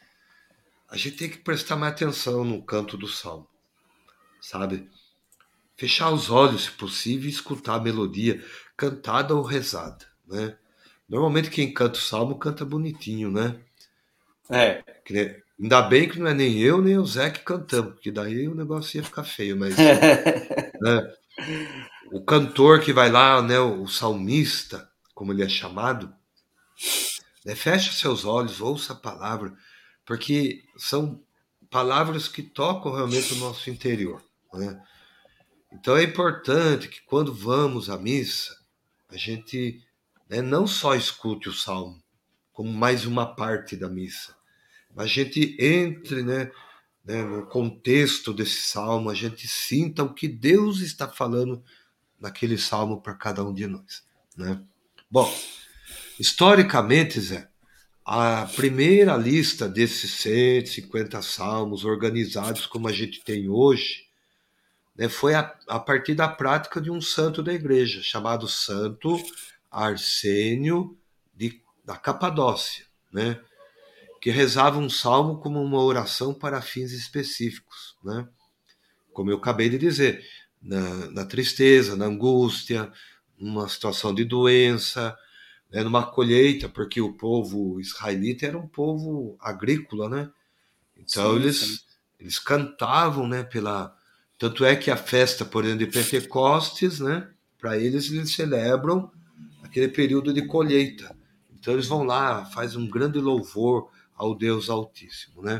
a gente tem que prestar mais atenção no canto do salmo, sabe? Fechar os olhos, se possível, e escutar a melodia, cantada ou rezada, né? Normalmente quem canta o salmo canta bonitinho, né? é. Que- Ainda bem que não é nem eu nem o Zé que cantamos, porque daí o negócio ia ficar feio, mas, né, o cantor que vai lá, né, o salmista, como ele é chamado, né, fecha seus olhos, ouça a palavra, porque são palavras que tocam realmente o nosso interior, né? Então é importante que quando vamos à missa, a gente, né, não só escute o salmo, como mais uma parte da missa. A gente entre, né, né, no contexto desse salmo, a gente sinta o que Deus está falando naquele salmo para cada um de nós, né? Bom, historicamente, Zé, a primeira lista desses cento e cinquenta salmos organizados como a gente tem hoje, né, foi a, a partir da prática de um santo da igreja, chamado Santo Arsênio de, da Capadócia, né, que rezava um salmo como uma oração para fins específicos, né? Como eu acabei de dizer, na, na tristeza, na angústia, numa situação de doença, né, numa colheita, porque o povo israelita era um povo agrícola, né? Então Sim, sim. eles, eles cantavam, né, pela... Tanto é que a festa, por exemplo, de Pentecostes, né, para eles, eles celebram aquele período de colheita. Então eles vão lá, faz um grande louvor ao Deus Altíssimo, né?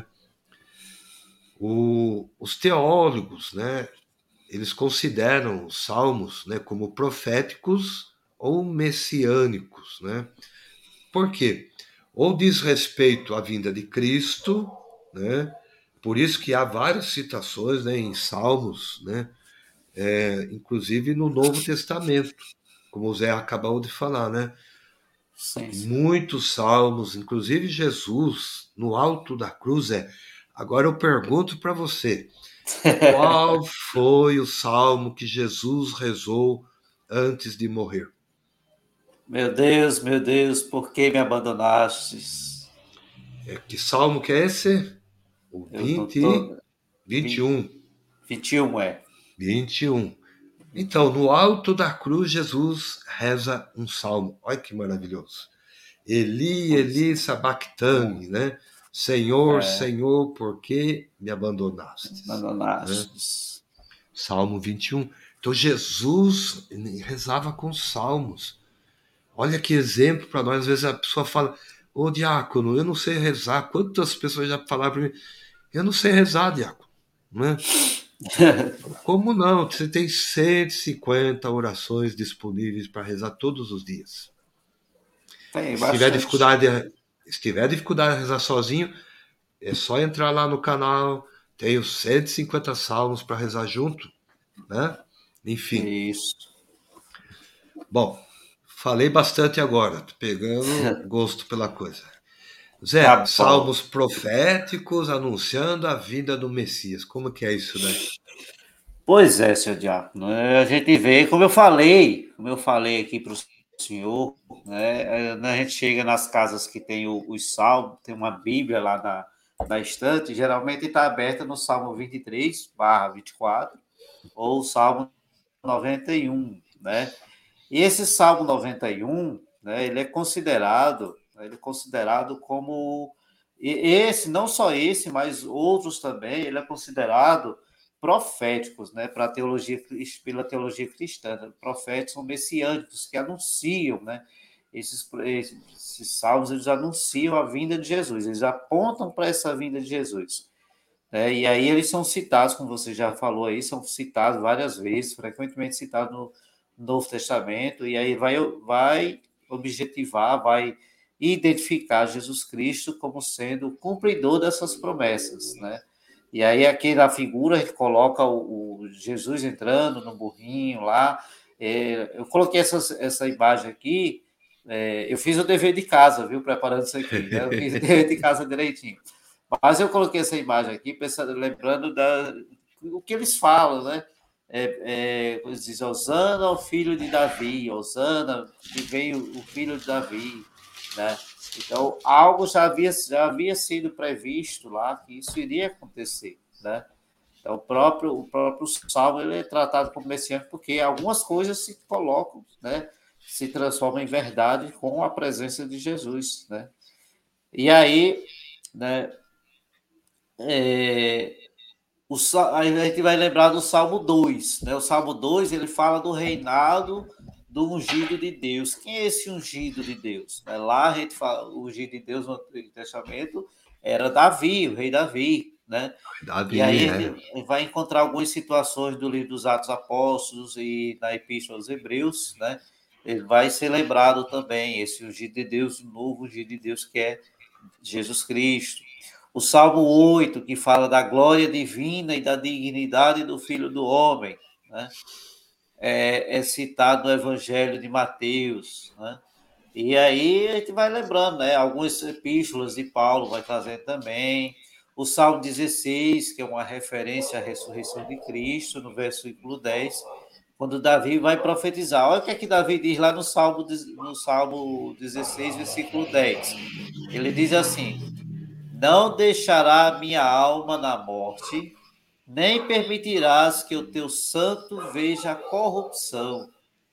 O, os teólogos, né, eles consideram os salmos, né, como proféticos ou messiânicos, né? Por quê? Ou diz respeito à vinda de Cristo, né? Por isso que há várias citações, né, em salmos, né, é, inclusive no Novo Testamento, como o Zé acabou de falar, né? Sim, sim. Muitos salmos, inclusive Jesus, no alto da cruz, é. Agora eu pergunto para você, qual foi o salmo que Jesus rezou antes de morrer? Meu Deus, meu Deus, por que me abandonastes? É, que salmo que é esse? O Eu não vinte, tô. vinte e vinte, um, vinte e um é. vinte e um. vinte e Então, um. no alto da cruz, Jesus reza um salmo. Olha que maravilhoso. Eli, Pois Eli, sabachthani, é. né? Senhor, É, Senhor, por que me abandonastes? Né? abandonastes. Salmo vinte e um. Então, Jesus rezava com salmos. Olha que exemplo para nós. Às vezes a pessoa fala, ô diácono, eu não sei rezar. Quantas pessoas já falaram para mim, eu não sei rezar, diácono, né? Como não? Você tem cento e cinquenta orações disponíveis para rezar todos os dias. Tem Se tiver bastante. dificuldade, se tiver dificuldade de rezar sozinho, é só entrar lá no canal. Tem os cento e cinquenta salmos para rezar junto, né? Enfim. Isso. Bom, falei bastante agora, tô pegando gosto pela coisa. Tá Zé, bom. salmos proféticos anunciando a vinda do Messias. Como que é isso daí? Pois é, seu Diácono. É, a gente vê, como eu falei, como eu falei aqui para o senhor, né? é, A gente chega nas casas que tem o- os salmos, tem uma Bíblia lá na, na estante, geralmente está aberta no Salmo vinte e três, barra vinte e quatro, ou o Salmo noventa e um, né? E esse Salmo noventa e um, né, ele é considerado, né, ele é considerado como e esse, não só esse, mas outros também, ele é considerado proféticos, né, para a teologia, pela teologia cristã, proféticos são messiânicos, que anunciam, né, esses, esses salmos, eles anunciam a vinda de Jesus, eles apontam para essa vinda de Jesus. Né, e aí eles são citados, como você já falou aí, são citados várias vezes, frequentemente citados no Novo Testamento, e aí vai, vai objetivar, vai identificar Jesus Cristo como sendo o cumpridor dessas promessas, né? E aí aqui na figura a gente coloca o, o Jesus entrando no burrinho lá. É, eu coloquei essa, essa imagem aqui, é, eu fiz o dever de casa, viu, preparando isso aqui, né? Eu fiz o dever de casa direitinho. Mas eu coloquei essa imagem aqui, pensando, lembrando da, o que eles falam, né? É, é, diz, Osana, o filho de Davi, Osana, que veio o filho de Davi, né? Então, algo já havia, já havia sido previsto lá, que isso iria acontecer, né? Então, o próprio, o próprio Salmo ele é tratado como messiânico porque algumas coisas se colocam, né? Se transformam em verdade com a presença de Jesus, né? E aí, né? É, o, a gente vai lembrar do Salmo dois, né? O Salmo dois, ele fala do reinado do ungido de Deus. Quem é esse ungido de Deus? Lá a gente fala, o ungido de Deus no Antigo Testamento era Davi, o rei Davi, né? E Davi, aí a é. gente vai encontrar algumas situações do livro dos Atos Apóstolos e na Epístola aos Hebreus, né? Ele vai ser lembrado também, esse ungido de Deus, o novo ungido de Deus, que é Jesus Cristo. O Salmo oito, que fala da glória divina e da dignidade do Filho do Homem, né? É, é citado no Evangelho de Mateus, né? E aí a gente vai lembrando, né? Algumas epístolas de Paulo vai trazer também. O Salmo dezesseis, que é uma referência à ressurreição de Cristo, no versículo dez, quando Davi vai profetizar. Olha o que é que Davi diz lá no Salmo, no Salmo dezesseis, versículo dez. Ele diz assim: não deixará minha alma na morte, nem permitirás que o teu santo veja a corrupção.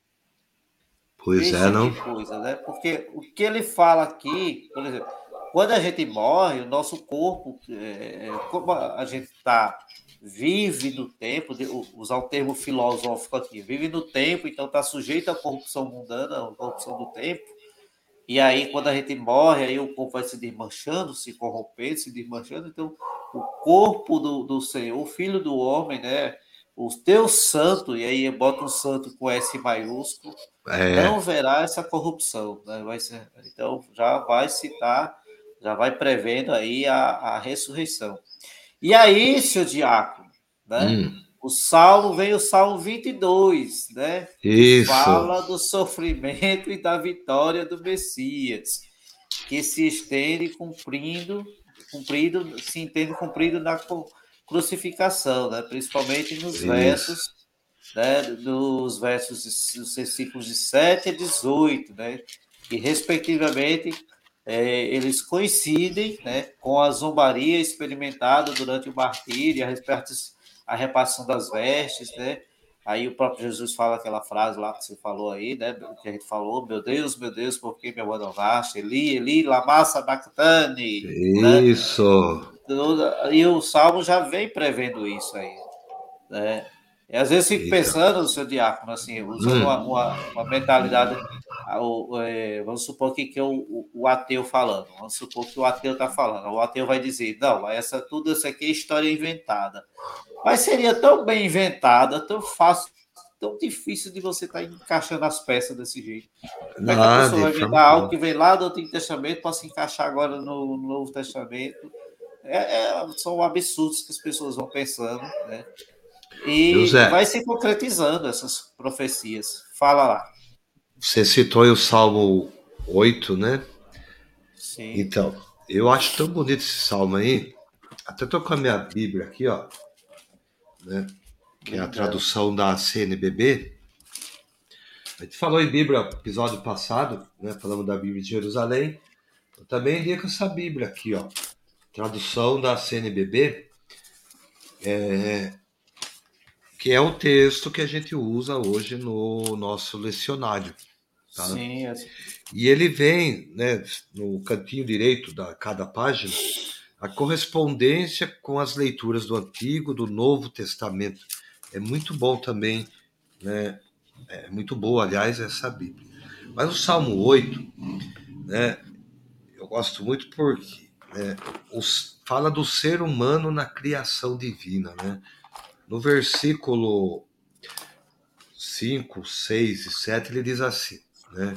Pois é, Veja não? que coisa, né? Porque o que ele fala aqui, por exemplo, quando a gente morre, o nosso corpo, é, como a gente está, vive no tempo, de, usar o termo filosófico aqui, vive no tempo, então está sujeito à corrupção mundana, à corrupção do tempo. E aí, quando a gente morre, aí o corpo vai se desmanchando, se corrompendo, se desmanchando. Então, o corpo do, do Senhor, o Filho do Homem, né? O teu santo, e aí bota um santo com S maiúsculo, É. não verá essa corrupção. Né? Vai ser, então, já vai citar, já vai prevendo aí a, a ressurreição. E aí, seu diácono, né? Hum, O Salmo vem o Salmo vinte e dois, né? Que isso. fala do sofrimento e da vitória do Messias, que se estende cumprindo, cumprido, se entende cumprido na crucificação, né? Principalmente nos Isso. versos, né? Dos versos, dos versículos de sete a dezoito, né? Que respectivamente é, eles coincidem, né, com a zombaria experimentada durante o martírio, a repartição das vestes, né? Aí o próprio Jesus fala aquela frase lá que você falou aí, né? Que a gente falou, meu Deus, meu Deus, por que me abandonaste? Eli, Eli, lama sabachthani, né? Isso. E o Salmo já vem prevendo isso aí, né? E às vezes fico Então. pensando, seu diácono, assim, usando Hum, uma, uma, uma mentalidade, é, vamos supor que, que o, o, o ateu falando, vamos supor que o ateu está falando, o ateu vai dizer, não, essa, tudo isso aqui é história inventada. Mas seria tão bem inventada, tão fácil, tão difícil de você estar tá encaixando as peças desse jeito. Como é que a ah, pessoa de vai forma inventar algo alguma. que vem lá do Antigo Testamento para se encaixar agora no, no Novo Testamento? É, é, são absurdos que as pessoas vão pensando, né? Viu, E Zé? vai se concretizando essas profecias. Fala lá. Você citou aí o Salmo oito, né? Sim. Então, eu acho tão bonito esse salmo aí. Até tô com a minha Bíblia aqui, ó, né? Que é a Linda. tradução da C N B B. A gente falou em Bíblia no episódio passado, né? Falamos da Bíblia de Jerusalém. Eu também li com essa Bíblia aqui, ó. Tradução da C N B B, que é o texto que a gente usa hoje no nosso lecionário, tá? Sim. E ele vem, né, no cantinho direito da cada página, a correspondência com as leituras do Antigo, do Novo Testamento. É muito bom também, né? É muito boa, aliás, essa Bíblia. Mas o Salmo oito, né? Eu gosto muito porque, né, os, fala do ser humano na criação divina, né? No versículo cinco, seis e sete, ele diz assim, né?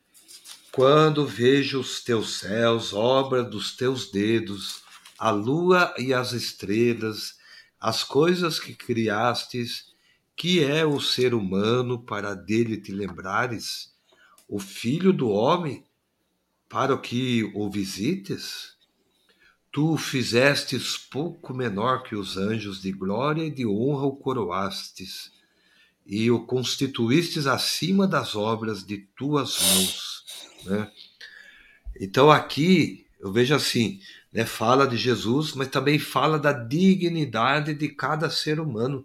Quando vejo os teus céus, obra dos teus dedos, a lua e as estrelas, as coisas que criastes, que é o ser humano para dele te lembrares, o filho do homem para o que o visites? Tu o fizestes pouco menor que os anjos, de glória e de honra o coroastes, e o constituístes acima das obras de tuas mãos, né? Então aqui eu vejo assim, né, fala de Jesus, mas também fala da dignidade de cada ser humano,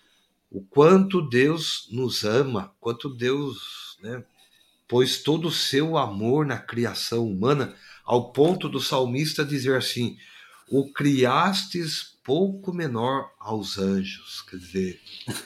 o quanto Deus nos ama, quanto Deus, né, pôs todo o seu amor na criação humana, ao ponto do salmista dizer assim: o criastes pouco menor aos anjos, quer dizer,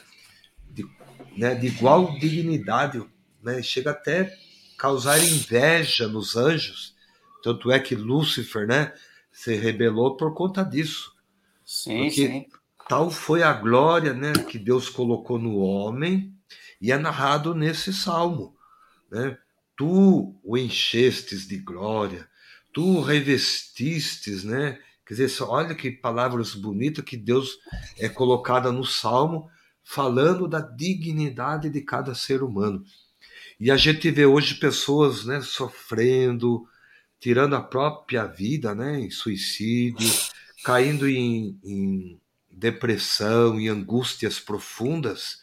de, né, de igual dignidade, né, chega até causar inveja nos anjos. Tanto é que Lúcifer, né, se rebelou por conta disso, Sim, porque sim. tal foi a glória, né, que Deus colocou no homem, e é narrado nesse salmo, né? Tu o enchestes de glória, tu o revestistes, né? Quer dizer, olha que palavras bonitas que Deus é colocada no salmo, falando da dignidade de cada ser humano. E a gente vê hoje pessoas, né, sofrendo, tirando a própria vida, né, em suicídio, caindo em, em depressão e angústias profundas,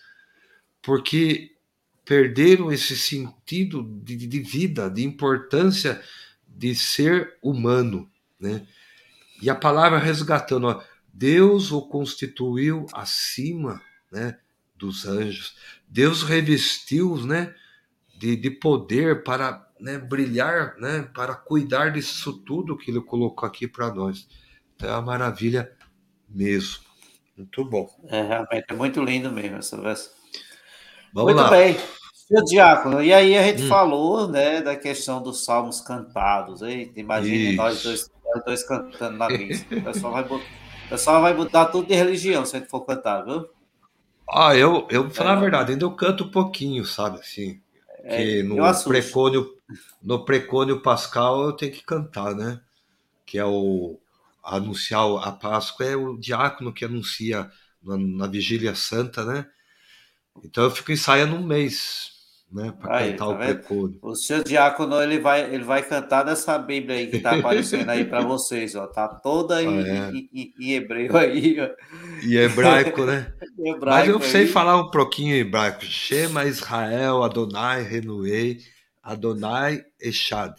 porque perderam esse sentido de, de vida, de importância de ser humano, né? E a palavra resgatando, ó, Deus o constituiu acima, né, dos anjos. Deus revestiu-os, né, de, de poder para, né, brilhar, né, para cuidar disso tudo que Ele colocou aqui para nós. Então é uma maravilha mesmo. Muito bom. É realmente é muito lindo mesmo essa versão. Vamos Muito lá. bem. Seu Diácono, e aí a gente Hum, falou, né, da questão dos salmos cantados. Eita, imagine nós isso. dois, nós dois cantando na missa. O pessoal vai botar, o pessoal vai botar tudo de religião se a gente for cantar, viu? Ah, eu, eu vou falar a É, verdade, ainda eu canto um pouquinho, sabe, assim, que é, eu no assusto. precônio, no precônio pascal eu tenho que cantar, né? Que é o anunciar a Páscoa, é o diácono que anuncia na, na Vigília Santa, né? Então eu fico ensaiando um mês, né, para Aí, cantar tá o vendo? precônio. O seu diácono, ele vai, ele vai cantar dessa Bíblia aí que tá aparecendo aí para vocês, ó. Tá toda Ah, em, é, em, em- em hebreu aí, ó. e hebraico, né? Em Mas eu hebraico sei aí. falar um pouquinho em hebraico. Shema Israel, Adonai Renuei, Adonai Echad.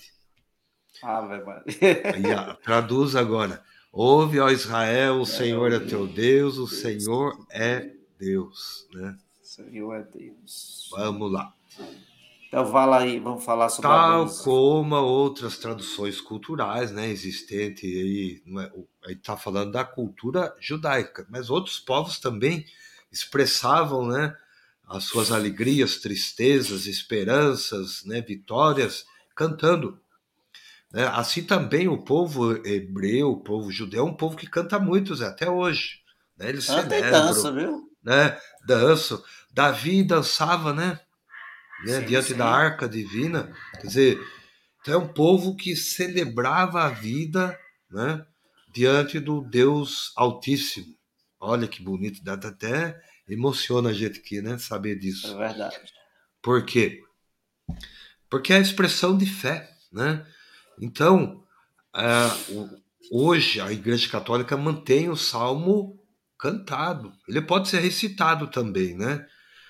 Ave Maria. E a- traduz agora. Ouve, ó Israel, o Senhor Meu é teu Deus. Deus, o Senhor é Deus, né? Senhor é Deus. Vamos lá. Então, fala aí, vamos falar sobre Tal alguns. como outras traduções culturais, né, existente aí, não é, o- aí está falando da cultura judaica, mas outros povos também expressavam, né, as suas alegrias, tristezas, esperanças, né, vitórias, cantando, né? Assim também o povo hebreu, o povo judeu, é um povo que canta muito, Zé, até hoje, né? Eles Canta e celebram, dança, viu? né, dançam. Davi dançava, né, né, Sim, diante da sim. arca divina. Quer dizer, então é um povo que celebrava a vida, né, diante do Deus Altíssimo. Olha que bonito, dá até emociona a gente aqui, né, saber É disso. verdade. Por quê? Porque é a expressão de fé, né? Então, ah, o- hoje a Igreja Católica mantém o salmo cantado. Ele pode ser recitado também, né?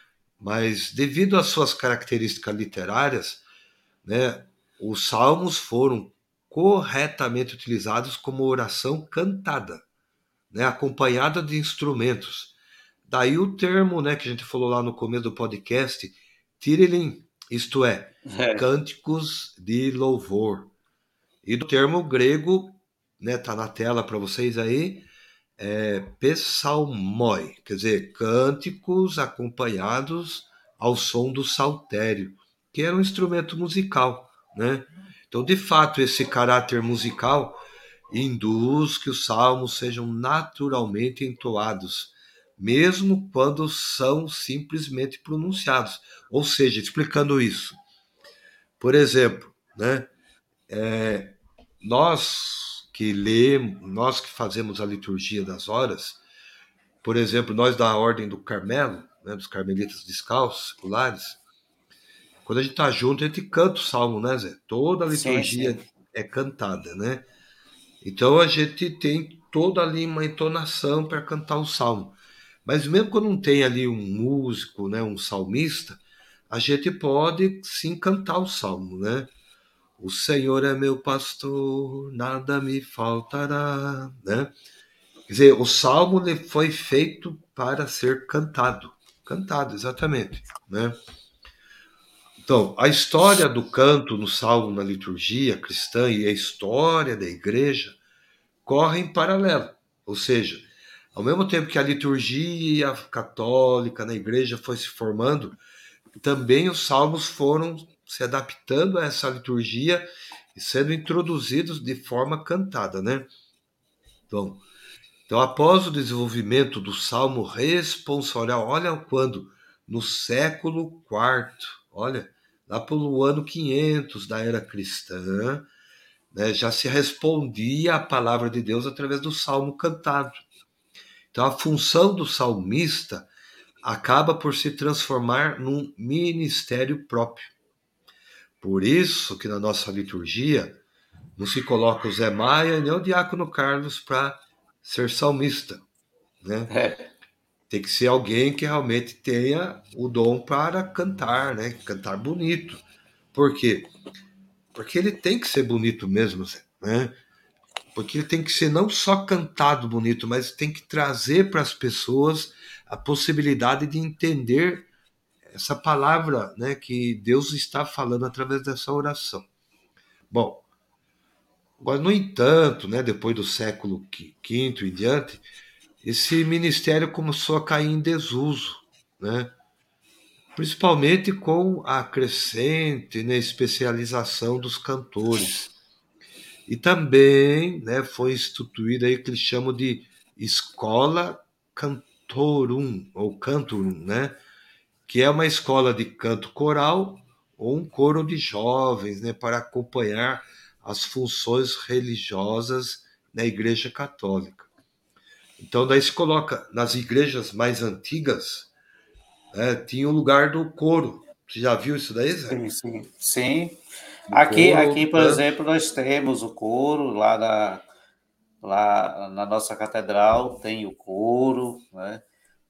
Mas devido às suas características literárias, né, os salmos foram corretamente utilizados como oração cantada, né, acompanhada de instrumentos. Daí o termo, né, que a gente falou lá no começo do podcast, Tirilim, isto é, É, cânticos de louvor. E do termo grego né, tá na tela para vocês aí, é psalmoi, quer dizer, cânticos acompanhados ao som do saltério, que era um instrumento musical, né? Então, de fato, esse caráter musical induz que os salmos sejam naturalmente entoados, mesmo quando são simplesmente pronunciados. Ou seja, explicando isso, por exemplo, né, nós que lemos, nós que fazemos a liturgia das horas, por exemplo, nós da Ordem do Carmelo, né, dos Carmelitas Descalços, seculares, quando a gente está junto, a gente canta o salmo, né, Zé? Toda a Sim, sim. liturgia é cantada, né? Então a gente tem toda ali uma entonação para cantar o salmo. Mas mesmo quando não tem ali um músico, né, um salmista, a gente pode sim cantar o salmo, né? O Senhor é meu pastor, nada me faltará, né? Quer dizer, o salmo ele foi feito para ser cantado. Cantado, exatamente, né? Então, a história do canto no salmo na liturgia cristã e a história da igreja correm em paralelo. Ou seja, ao mesmo tempo que a liturgia católica na igreja foi se formando, também os salmos foram se adaptando a essa liturgia e sendo introduzidos de forma cantada, né? Então, então após o desenvolvimento do salmo responsorial, olha quando, no século quarto, olha, lá pelo ano quinhentos da era cristã, né, já se respondia à palavra de Deus através do salmo cantado. Então a função do salmista acaba por se transformar num ministério próprio. Por isso que na nossa liturgia não se coloca o Zé Maia nem o Diácono Carlos para ser salmista, né? É, Tem que ser alguém que realmente tenha o dom para cantar, né? Cantar bonito. Por quê? Porque ele tem que ser bonito mesmo, né? Porque ele tem que ser não só cantado bonito, mas tem que trazer para as pessoas a possibilidade de entender essa palavra, né, que Deus está falando através dessa oração. Bom, agora, no entanto, né, depois do século quinto em diante, esse ministério começou a cair em desuso, né? Principalmente com a crescente, né, especialização dos cantores. E também, né, foi instituída aí o que eles chamam de escola cantorum, ou cantorum, né, que é uma escola de canto coral ou um coro de jovens, né, para acompanhar as funções religiosas na Igreja Católica. Então, daí se coloca nas igrejas mais antigas, né, tinha o lugar do coro. Você já viu isso daí, Zé? sim, sim. Sim. Do Aqui, coro ou aqui, do por canto. exemplo, nós temos o coro lá na, lá na nossa catedral, tem o coro, né?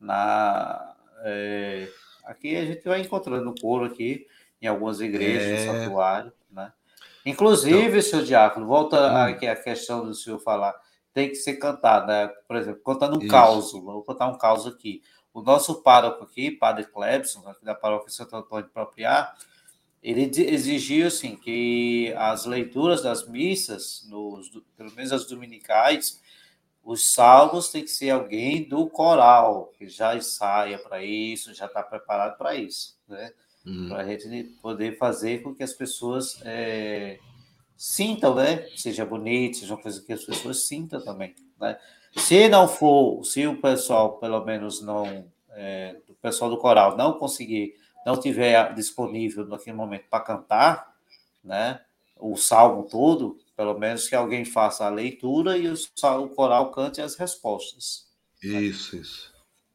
Na, é, aqui a gente vai encontrando o coro aqui em algumas igrejas, no É. santuário, né? Então. Inclusive, seu Diácono, volta Hum, aqui a questão do senhor falar, tem que ser cantado, né? Por exemplo, contando um isso. caos, vou contar um caos aqui. O nosso pároco aqui, Padre Clebson, aqui da paróquia Santo Antônio de Propriá, ele exigiu assim que as leituras das missas, nos, pelo menos as dominicais, os salmos tem que ser alguém do coral, que já ensaia para isso, já está preparado para isso, né? Para Hum, a gente poder fazer com que as pessoas é, sintam, né? Seja bonito, seja uma coisa que as pessoas sintam também, né? Se não for, se o pessoal, pelo menos não, é, o pessoal do coral não conseguir, não tiver disponível naquele momento para cantar, né? O salmo todo, pelo menos que alguém faça a leitura e o, o coral cante as respostas, né? isso, isso.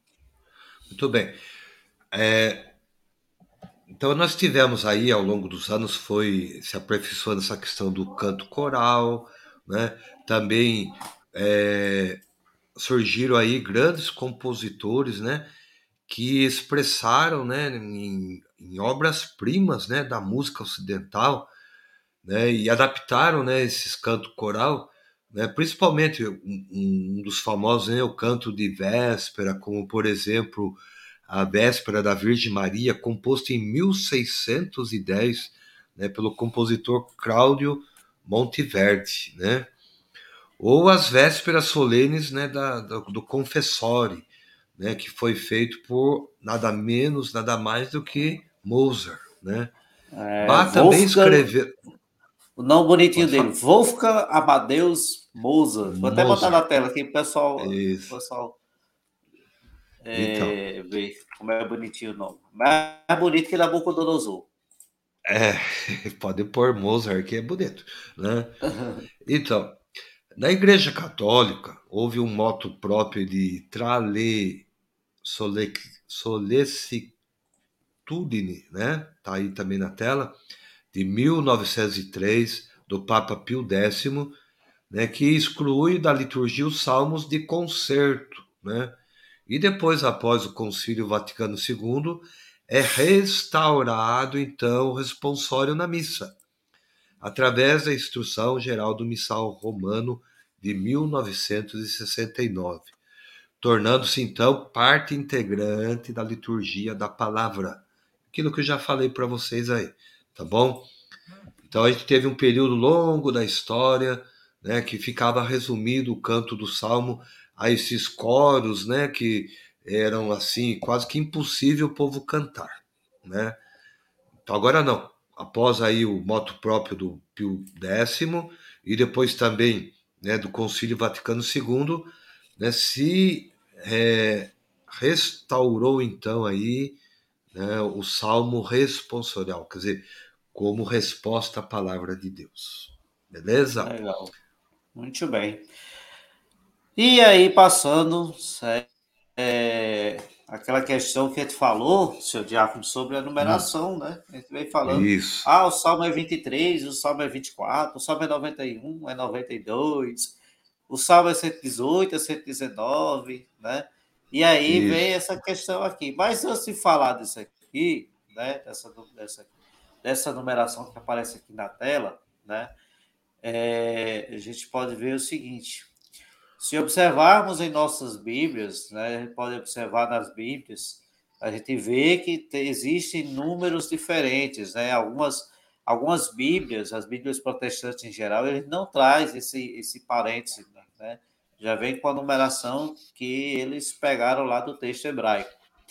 Muito bem. Então nós tivemos aí ao longo dos anos foi se aperfeiçoando essa questão do canto coral, né? Também é, surgiram aí grandes compositores, né? Que expressaram, né? Em, em obras-primas, né? Da música ocidental, né? E adaptaram, né? Esses canto coral, né? Principalmente um, um dos famosos, né? O canto de véspera, como por exemplo a Véspera da Virgem Maria, composto em mil seiscentos e dez, né, pelo compositor Cláudio Monteverdi, né? ou as vésperas solenes, né, da, do, do confessore, né, que foi feito por nada menos, nada mais do que Mozart, né? É, Bach também Wolfgang, escreveu. o nome bonitinho Pode dele, falar. Wolfgang Amadeus Mozart. Vou até botar na Mozart. tela aqui para o pessoal, o Isso. pessoal Então, é, ver como é bonitinho o nome. Mais bonito que Nabucodonosor. é, pode pôr Mozart, que é bonito, né? Então, na Igreja Católica, houve um moto próprio de trale solec- solecitudine, né? Tá aí também na tela, de mil novecentos e três, do Papa Pio X, né? Que exclui da liturgia os salmos de concerto, né? E depois, após o Concílio Vaticano segundo, é restaurado, então, o responsório na missa, através da Instrução Geral do Missal Romano de mil novecentos e sessenta e nove, tornando-se, então, parte integrante da liturgia da palavra. Aquilo que eu já falei para vocês aí, tá bom? Então, a gente teve um período longo da história, né, que ficava resumido o canto do salmo a esses coros, né, que eram assim quase que impossível o povo cantar, né? Então agora não. Após aí o moto próprio do Pio X e depois também, né, do Concílio Vaticano segundo, né, se é, restaurou então aí, né, o salmo responsorial, quer dizer, como resposta à palavra de Deus. Beleza? Legal, muito bem. E aí, passando, é, aquela questão que a gente falou, seu Diácono, sobre a Hum, numeração, né? A gente vem falando, isso, ah, o Salmo é vinte e três, o Salmo é vinte e quatro, o Salmo é noventa e um, é noventa e dois, o Salmo é cento e dezoito, é cento e dezenove, né? E aí vem isso. essa questão aqui. Mas antes de falar disso aqui, né, dessa, dessa, dessa numeração que aparece aqui na tela, né, é, a gente pode ver o seguinte: se observarmos em nossas Bíblias, né, a gente pode observar nas Bíblias, a gente vê que te, existem números diferentes, né? Algumas, algumas Bíblias, as Bíblias protestantes em geral, eles não traz esse, esse parêntese, né? Já vem com a numeração que eles pegaram lá do texto hebraico.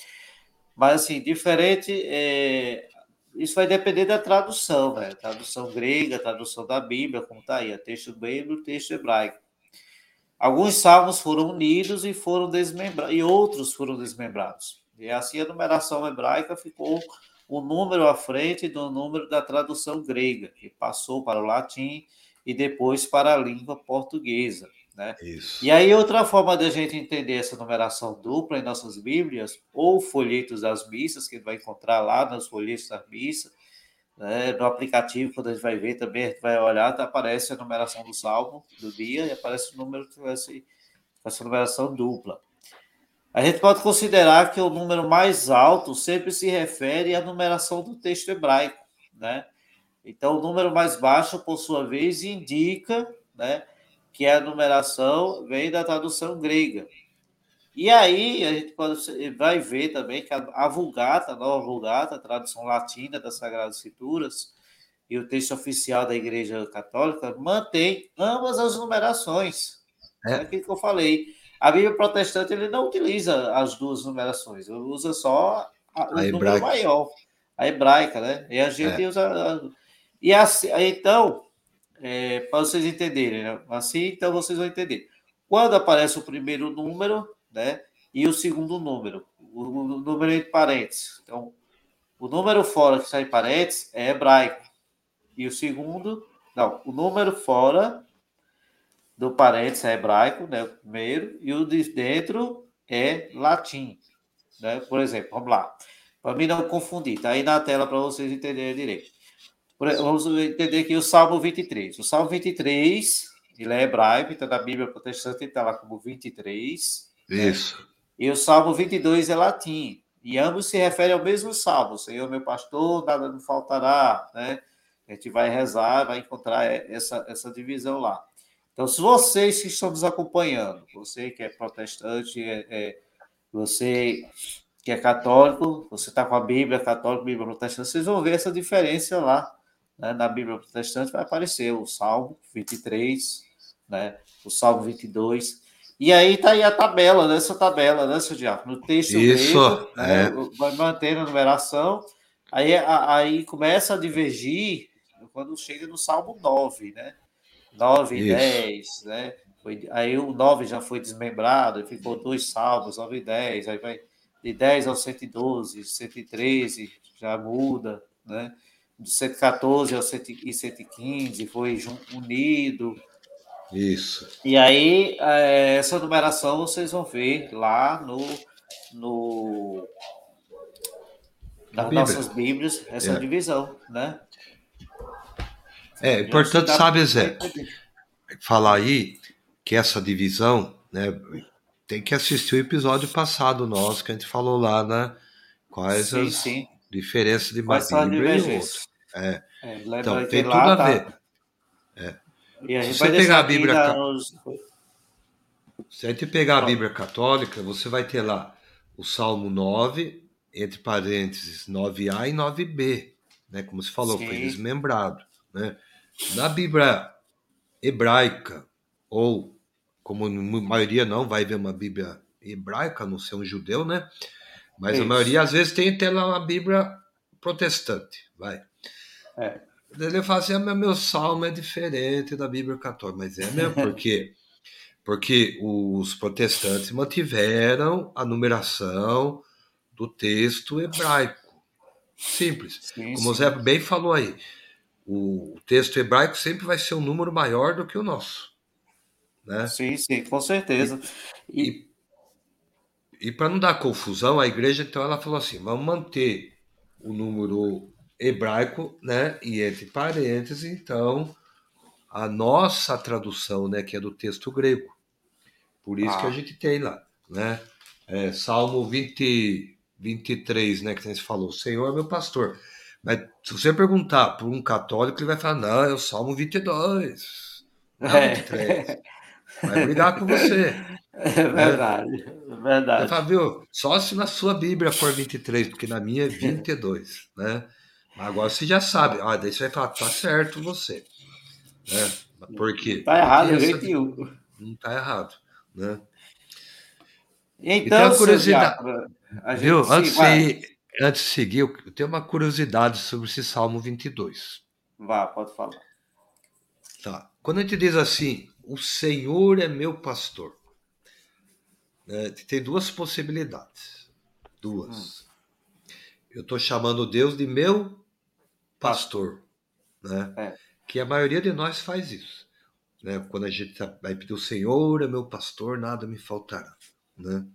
Mas, assim, diferente, é, isso vai depender da tradução, né? Tradução grega, tradução da Bíblia, como está aí, o texto bíblico, o texto hebraico. Alguns salmos foram unidos e foram desmembrados, e outros foram desmembrados. E assim a numeração hebraica ficou o número à frente do número da tradução grega, que passou para o latim e depois para a língua portuguesa, né? E Isso. aí outra forma da gente entender essa numeração dupla em nossas Bíblias, ou folhetos das missas, que vai encontrar lá nos folhetos das missas, né? No aplicativo, quando a gente vai ver também, a gente vai olhar, tá, aparece a numeração do salmo do dia e aparece o número que vai ser essa numeração dupla. A gente pode considerar que o número mais alto sempre se refere à numeração do texto hebraico, né? Então, o número mais baixo, por sua vez, indica, né, que a numeração vem da tradução grega. E aí a gente pode, vai ver também que a, a Vulgata, a nova Vulgata, a tradução latina das Sagradas Escrituras, e o texto oficial da Igreja Católica mantém ambas as numerações. É É, aquilo que eu falei. A Bíblia protestante ele não utiliza as duas numerações, ele usa só a, a o número hebraica. maior, a hebraica, né? E a gente É, usa. E assim, então, é, para vocês entenderem, né? Assim, então vocês vão entender. Quando aparece o primeiro número, né? E o segundo número, o, o número entre parênteses. Então, o número fora que sai em parênteses é hebraico. E o segundo, não, o número fora do parênteses é hebraico, né, o primeiro, e o de dentro é latim, né? Por exemplo, vamos lá, para mim não confundir, tá aí na tela para vocês entenderem direito. Vamos entender aqui o Salmo vinte e três. O Salmo vinte e três, ele é hebraico, então na Bíblia protestante ele está lá como vinte e três, né? isso. E o Salmo vinte e dois é latim. E ambos se referem ao mesmo salmo. Senhor, meu pastor, nada me faltará, né? A gente vai rezar, vai encontrar essa, essa divisão lá. Então, se vocês que estão nos acompanhando, você que é protestante, é, é, você que é católico, você está com a Bíblia católica, Bíblia protestante, vocês vão ver essa diferença lá, né? Na Bíblia protestante vai aparecer o Salmo vinte e três, né? O Salmo vinte e dois. E aí está aí a tabela, nessa tabela, né, seu Diácono? No texto Isso, grego, né, é, vai mantendo a numeração, aí, aí começa a divergir quando chega no Salmo nove, né? nove e isso, dez, né? Foi, aí o nove já foi desmembrado, ficou dois salmos, nove e dez, aí vai de dez ao cento e doze, cento e treze já muda, né? De cento e quatorze ao cento e cento e quinze foi unido. isso. E aí, é, essa numeração vocês vão ver lá no, no Na nas Bíblia. nossas Bíblias, essa É, divisão, né? é Já se importante, dá sabe, para Zé, entender. falar aí que essa divisão, né, tem que assistir o episódio passado nosso, que a gente falou lá, né? Quais Sim, as sim. diferenças de uma Quais são as Bíblia e outra. divergências? É, É, então, lembra que tem lá tudo a ver. tá. E a Se gente você vai pegar deixar a aqui Bíblia, na, nos. se a gente pegar a Pronto. Bíblia católica, você vai ter lá o Salmo nove, entre parênteses, nove a e nove b, né? Como se falou, foi Sim. desmembrado, né? Na Bíblia hebraica, ou como a maioria não vai ver uma Bíblia hebraica, a não ser um judeu, né? Mas a maioria, Isso. às vezes, tem até lá uma Bíblia protestante, vai. É. Ele fala assim, ah, meu salmo é diferente da Bíblia católica. Mas é mesmo, por quê? Porque os protestantes mantiveram a numeração do texto hebraico. Simples. Sim, Como o Zé sim. bem falou aí, o texto hebraico sempre vai ser um número maior do que o nosso, né? Sim, sim, com certeza. E, E, e, e para não dar confusão, a igreja então ela falou assim, vamos manter o número hebraico, né? E entre parênteses, então, a nossa tradução, né? Que é do texto grego. Por isso que a ah, gente tem lá, né? É, Salmo vinte, vinte e três, né? Que você falou, o Senhor é meu pastor. Mas se você perguntar por um católico, ele vai falar, não, é o Salmo vinte e dois, não é o vinte e três. é. Vai brigar com você, É né? verdade, é Você fala, verdade. viu, só se na sua Bíblia for vinte e três, porque na minha é vinte e dois, né? Mas agora você já sabe, ah, daí você vai falar, tá certo você, né? Por Não quê? está Porque tem errado, de essa. jeito nenhum. Não tá errado, né? E tem Então, uma seu curiosidade. Diácono, a gente Viu? sim, Antes de, vai. você antes de seguir, eu tenho uma curiosidade sobre esse Salmo vinte e dois. Vá, pode falar. Tá? Quando a gente diz assim, o Senhor é meu pastor, né, tem duas possibilidades. Hum, Duas. Eu estou chamando Deus de meu pastor. pastor, né? É. Que a maioria de nós faz isso. Né? Quando a gente vai pedir o Senhor é meu pastor, nada me faltará. Né?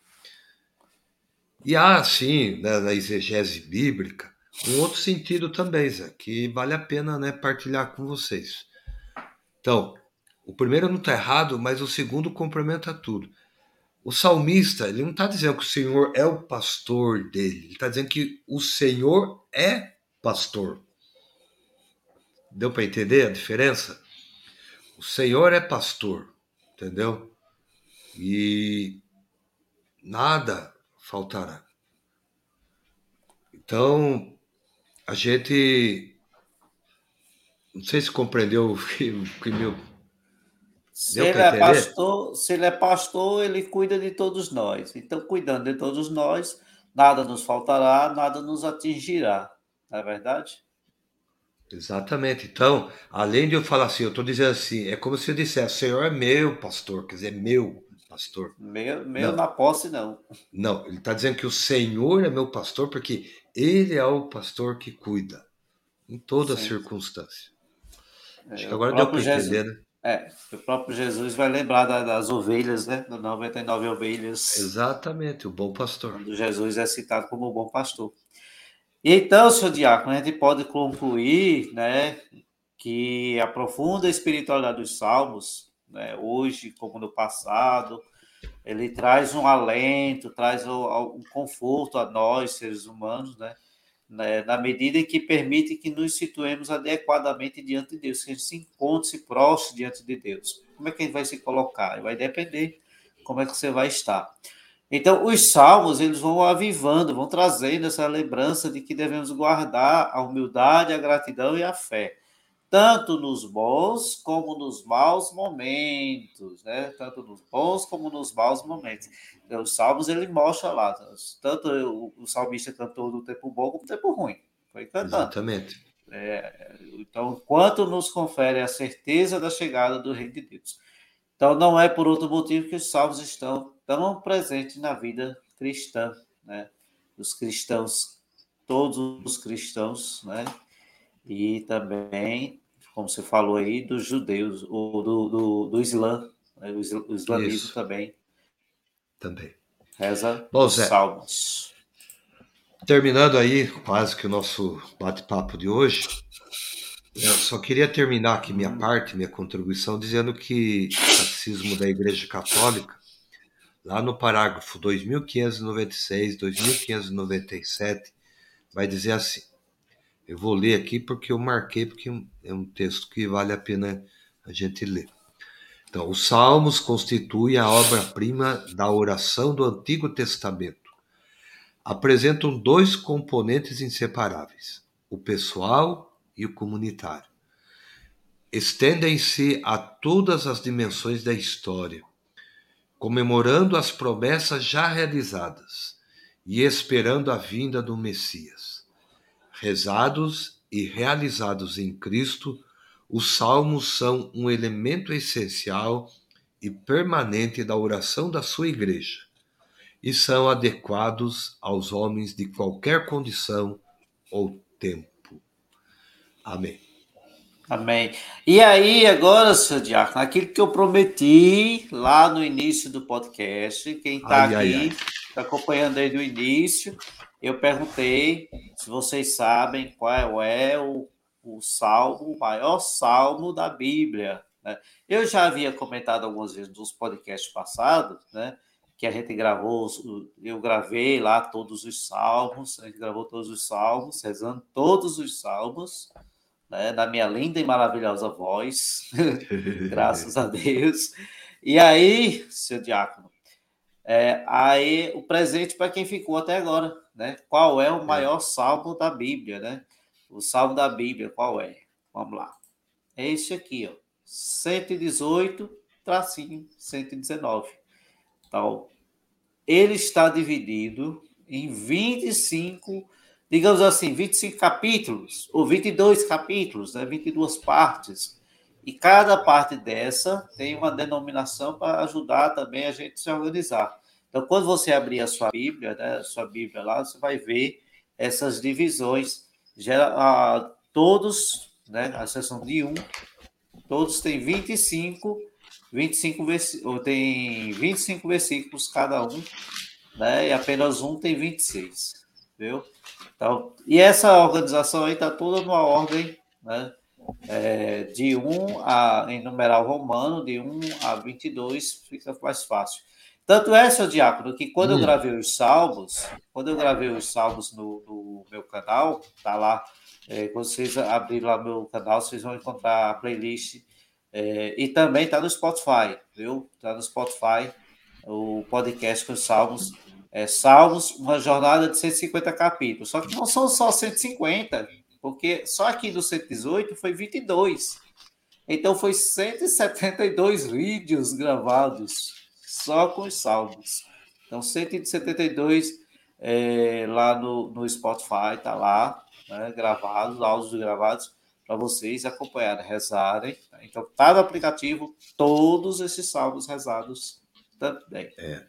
E há, sim, né, na exegese bíblica, um outro sentido também, Zé, que vale a pena, né, partilhar com vocês. Então, o primeiro não está errado, mas o segundo complementa tudo. O salmista, ele não está dizendo que o Senhor é o pastor dele, ele está dizendo que o Senhor é pastor. Deu para entender a diferença? O Senhor é pastor, entendeu? E nada faltará. Então, a gente, não sei se compreendeu o que, o que meu. Se Deu ele para é entender? pastor, se ele é pastor, ele cuida de todos nós. Então, cuidando de todos nós, nada nos faltará, nada nos atingirá. Não é verdade? Exatamente. Então, além de eu falar assim, eu estou dizendo assim, é como se eu dissesse, o Senhor é meu pastor, quer dizer, meu pastor. Meu, meu Não, na posse, não. não, ele está dizendo que o Senhor é meu pastor porque ele é o pastor que cuida em toda Sim. circunstância. Acho É, que o agora deu próprio para Jesus, entender, né? é, o próprio Jesus vai lembrar da- das ovelhas, né? Das noventa e nove ovelhas, Exatamente, o bom pastor. quando Jesus é citado como o bom pastor. E então, senhor Diácono, a gente pode concluir, né, que a profunda espiritualidade dos Salmos, né, hoje como no passado, ele traz um alento, traz um conforto a nós, seres humanos, né, né, na medida em que permite que nos situemos adequadamente diante de Deus, que a gente se encontre, se prostre diante de Deus. Como é que a gente vai se colocar? Vai depender como é que você vai estar. Então, os salmos, eles vão avivando, vão trazendo essa lembrança de que devemos guardar a humildade, a gratidão e a fé. tanto nos bons como nos maus momentos, né? Tanto nos bons como nos maus momentos. Então, os salmos ele mostra lá, tanto o, o salmista cantou no tempo bom como no tempo ruim, foi cantando. Exatamente. É, então, quanto nos confere a certeza da chegada do Reino de Deus. Então, não é por outro motivo que os salmos estão tão presentes na vida cristã, né? Os cristãos, todos os cristãos, né? E também, como você falou aí, dos judeus, ou do, do, do Islã, né? O islamismo Isso, também também. reza Bom, os Zé, salmos. terminando aí quase que o nosso bate-papo de hoje, eu só queria terminar aqui minha Hum, parte, minha contribuição, dizendo que o Catecismo da Igreja Católica, lá no parágrafo dois mil quinhentos e noventa e seis, dois mil quinhentos e noventa e sete, vai dizer assim. Eu vou ler aqui porque eu marquei, porque é um texto que vale a pena a gente ler. Então, os Salmos constituem a obra-prima da oração do Antigo Testamento. Apresentam dois componentes inseparáveis, o pessoal e o comunitário. Estendem-se a todas as dimensões da história, comemorando as promessas já realizadas e esperando a vinda do Messias. Rezados e realizados em Cristo, os salmos são um elemento essencial e permanente da oração da sua igreja e são adequados aos homens de qualquer condição ou tempo. Amém. amém. E aí, agora, senhor Diácono, aquilo que eu prometi lá no início do podcast, quem está Ai, ai, ai. aqui, está acompanhando desde o início, eu perguntei se vocês sabem qual é o, o salmo, o maior salmo da Bíblia, né? Eu já havia comentado algumas vezes nos podcasts passados, né? Que a gente gravou, eu gravei lá todos os salmos, a gente gravou todos os salmos, rezando todos os salmos, né, na minha linda e maravilhosa voz, graças a Deus. E aí, seu Diácono, é, aí o presente para quem ficou até agora, né? Qual é o É, maior salmo da Bíblia, né? O salmo da Bíblia, qual é? Vamos lá. É esse aqui, ó. cento e dezoito, tracinho, cento e dezenove. Então, ele está dividido em vinte e cinco, digamos assim, vinte e cinco capítulos, ou vinte e dois capítulos, né? vinte e duas partes. E cada parte dessa tem uma denominação para ajudar também a gente se organizar. Então, quando você abrir a sua Bíblia, né, a sua Bíblia lá, você vai ver essas divisões. Gera, todos, né, a seção de um, todos têm vinte e cinco, vinte e cinco versículos, tem vinte e cinco versículos cada um, né? E apenas um tem vinte e seis, viu? Então, e essa organização aí está toda numa ordem, né? É, de um a, em numeral romano, de um a vinte e dois, fica mais fácil. Tanto é, seu Diácono, que quando eu hum, gravei os salmos, quando eu gravei os salmos no, no meu canal, tá lá, é, quando vocês abrirem lá meu canal, vocês vão encontrar a playlist, é, e também tá no Spotify, viu? Tá no Spotify, o podcast com os salmos, é, Salmos, uma jornada de cento e cinquenta capítulos. Só que não são só cento e cinquenta, porque só aqui do cento e dezoito foi vinte e dois. Então foi cento e setenta e dois vídeos gravados só com os salmos. Então cento e setenta e dois é, lá no, no Spotify, tá lá, né, gravados, áudios gravados para vocês acompanharem, rezarem. Tá? Então tá no aplicativo todos esses salmos rezados também. é.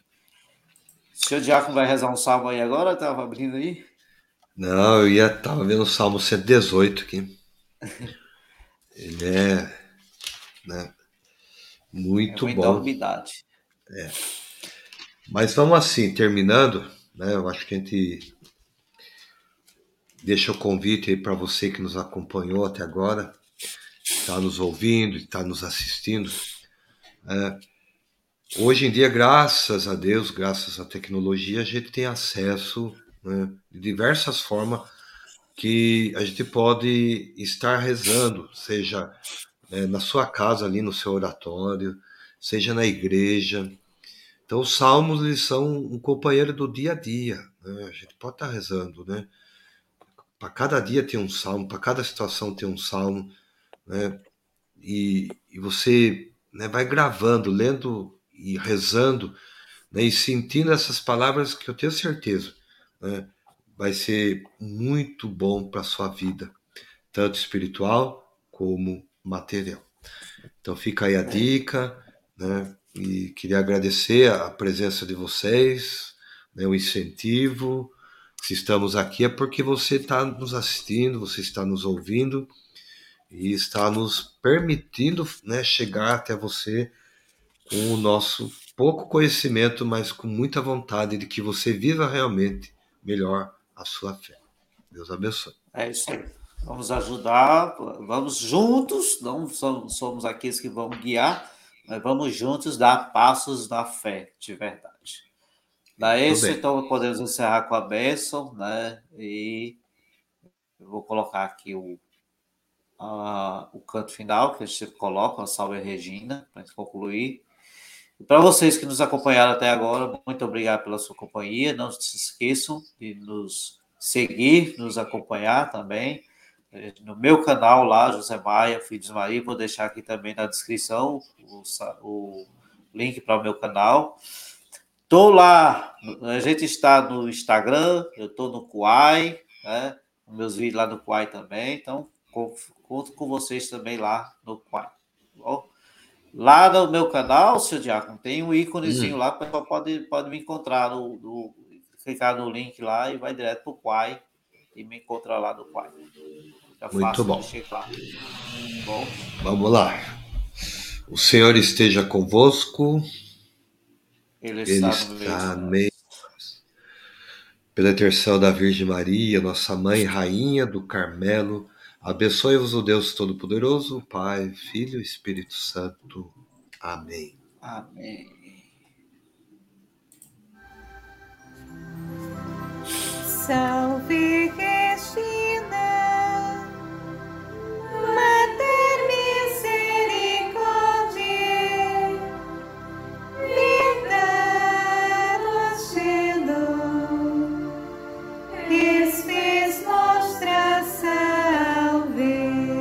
O senhor Diácono vai rezar um salmo aí agora? Estava abrindo aí? Não, eu ia tava vendo o Salmo cento e dezoito aqui. Ele é, né, É muito muita bom. umidade. Mas vamos assim, terminando, né? Eu acho que a gente deixa o convite aí para você que nos acompanhou até agora, está nos ouvindo, está nos assistindo. É, hoje em dia, graças a Deus, graças à tecnologia, a gente tem acesso, né, de diversas formas que a gente pode estar rezando, seja, né, na sua casa, ali no seu oratório, seja na igreja. Então, os salmos eles são um companheiro do dia a dia, né? A gente pode estar rezando, né? Para cada dia tem um salmo, para cada situação tem um salmo, né? E, e você, né, vai gravando, lendo e rezando, né, e sentindo essas palavras que eu tenho certeza, né, vai ser muito bom para a sua vida, tanto espiritual como material. Então fica aí a É, dica, né? E queria agradecer a presença de vocês, né, o incentivo. Se estamos aqui é porque você está nos assistindo, você está nos ouvindo e está nos permitindo, né, chegar até você com o nosso pouco conhecimento, mas com muita vontade de que você viva realmente melhor a sua fé. Deus abençoe. é isso aí. Vamos ajudar, vamos juntos, não somos, somos aqueles que vão guiar, mas vamos juntos dar passos na fé, de verdade. Daí, Muito isso, bem. então, podemos encerrar com a bênção, né? E eu vou colocar aqui o, a, o canto final, que a gente coloca, a Salve Regina, para concluir. E para vocês que nos acompanharam até agora, muito obrigado pela sua companhia. Não se esqueçam de nos seguir, nos acompanhar também. No meu canal lá, José Maia, Filhos de Maria, vou deixar aqui também na descrição o, o link para o meu canal. Estou lá, a gente está no Instagram, eu estou no Quai, né? Meus vídeos lá no Quai também, então conto com vocês também lá no Quai. Tá bom? Lá no meu canal, seu Diácono, tem um íconezinho Hum, lá, o pessoal pode, pode me encontrar, no, no, clicar no link lá e vai direto para o Quai e me encontra lá no Quai. É muito fácil de bom. chegar. Tá bom, Vamos lá. O Senhor esteja convosco, ele Ele está no meio de está no meio. nós. Pela intercessão da Virgem Maria, nossa mãe, rainha do Carmelo, abençoe-vos o Deus Todo-Poderoso, Pai, Filho e Espírito Santo. Amém. Amém. Salve Regina, Mater Misericordiae, Vita Dulcedo, Espes Nostra Salve,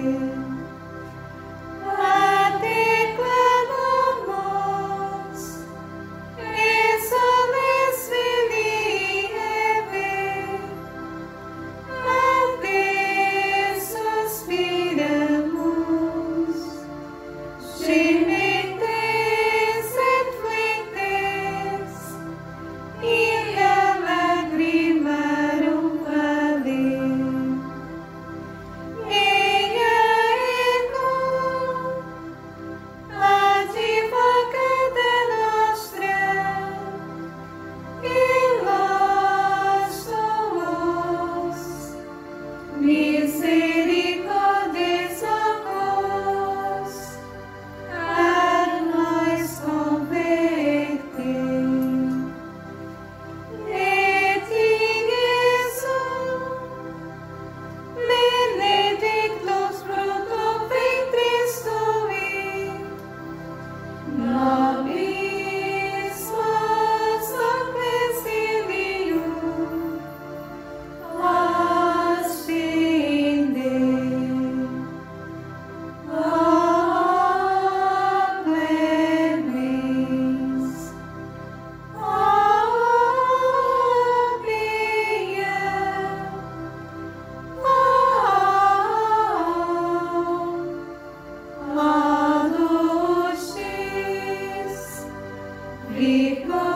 a te clamamos, exoles venieve, a te suspiramos, gementes et flentes, in lacrimarum vale. Eia ego, advocata nostra, illos tuos, misericordes ocos, ad nos converte. Et in Jesum benedictus fructum ventris tui, nobis vos domicilium ostende. O plebis, o pia, o adustis, vicor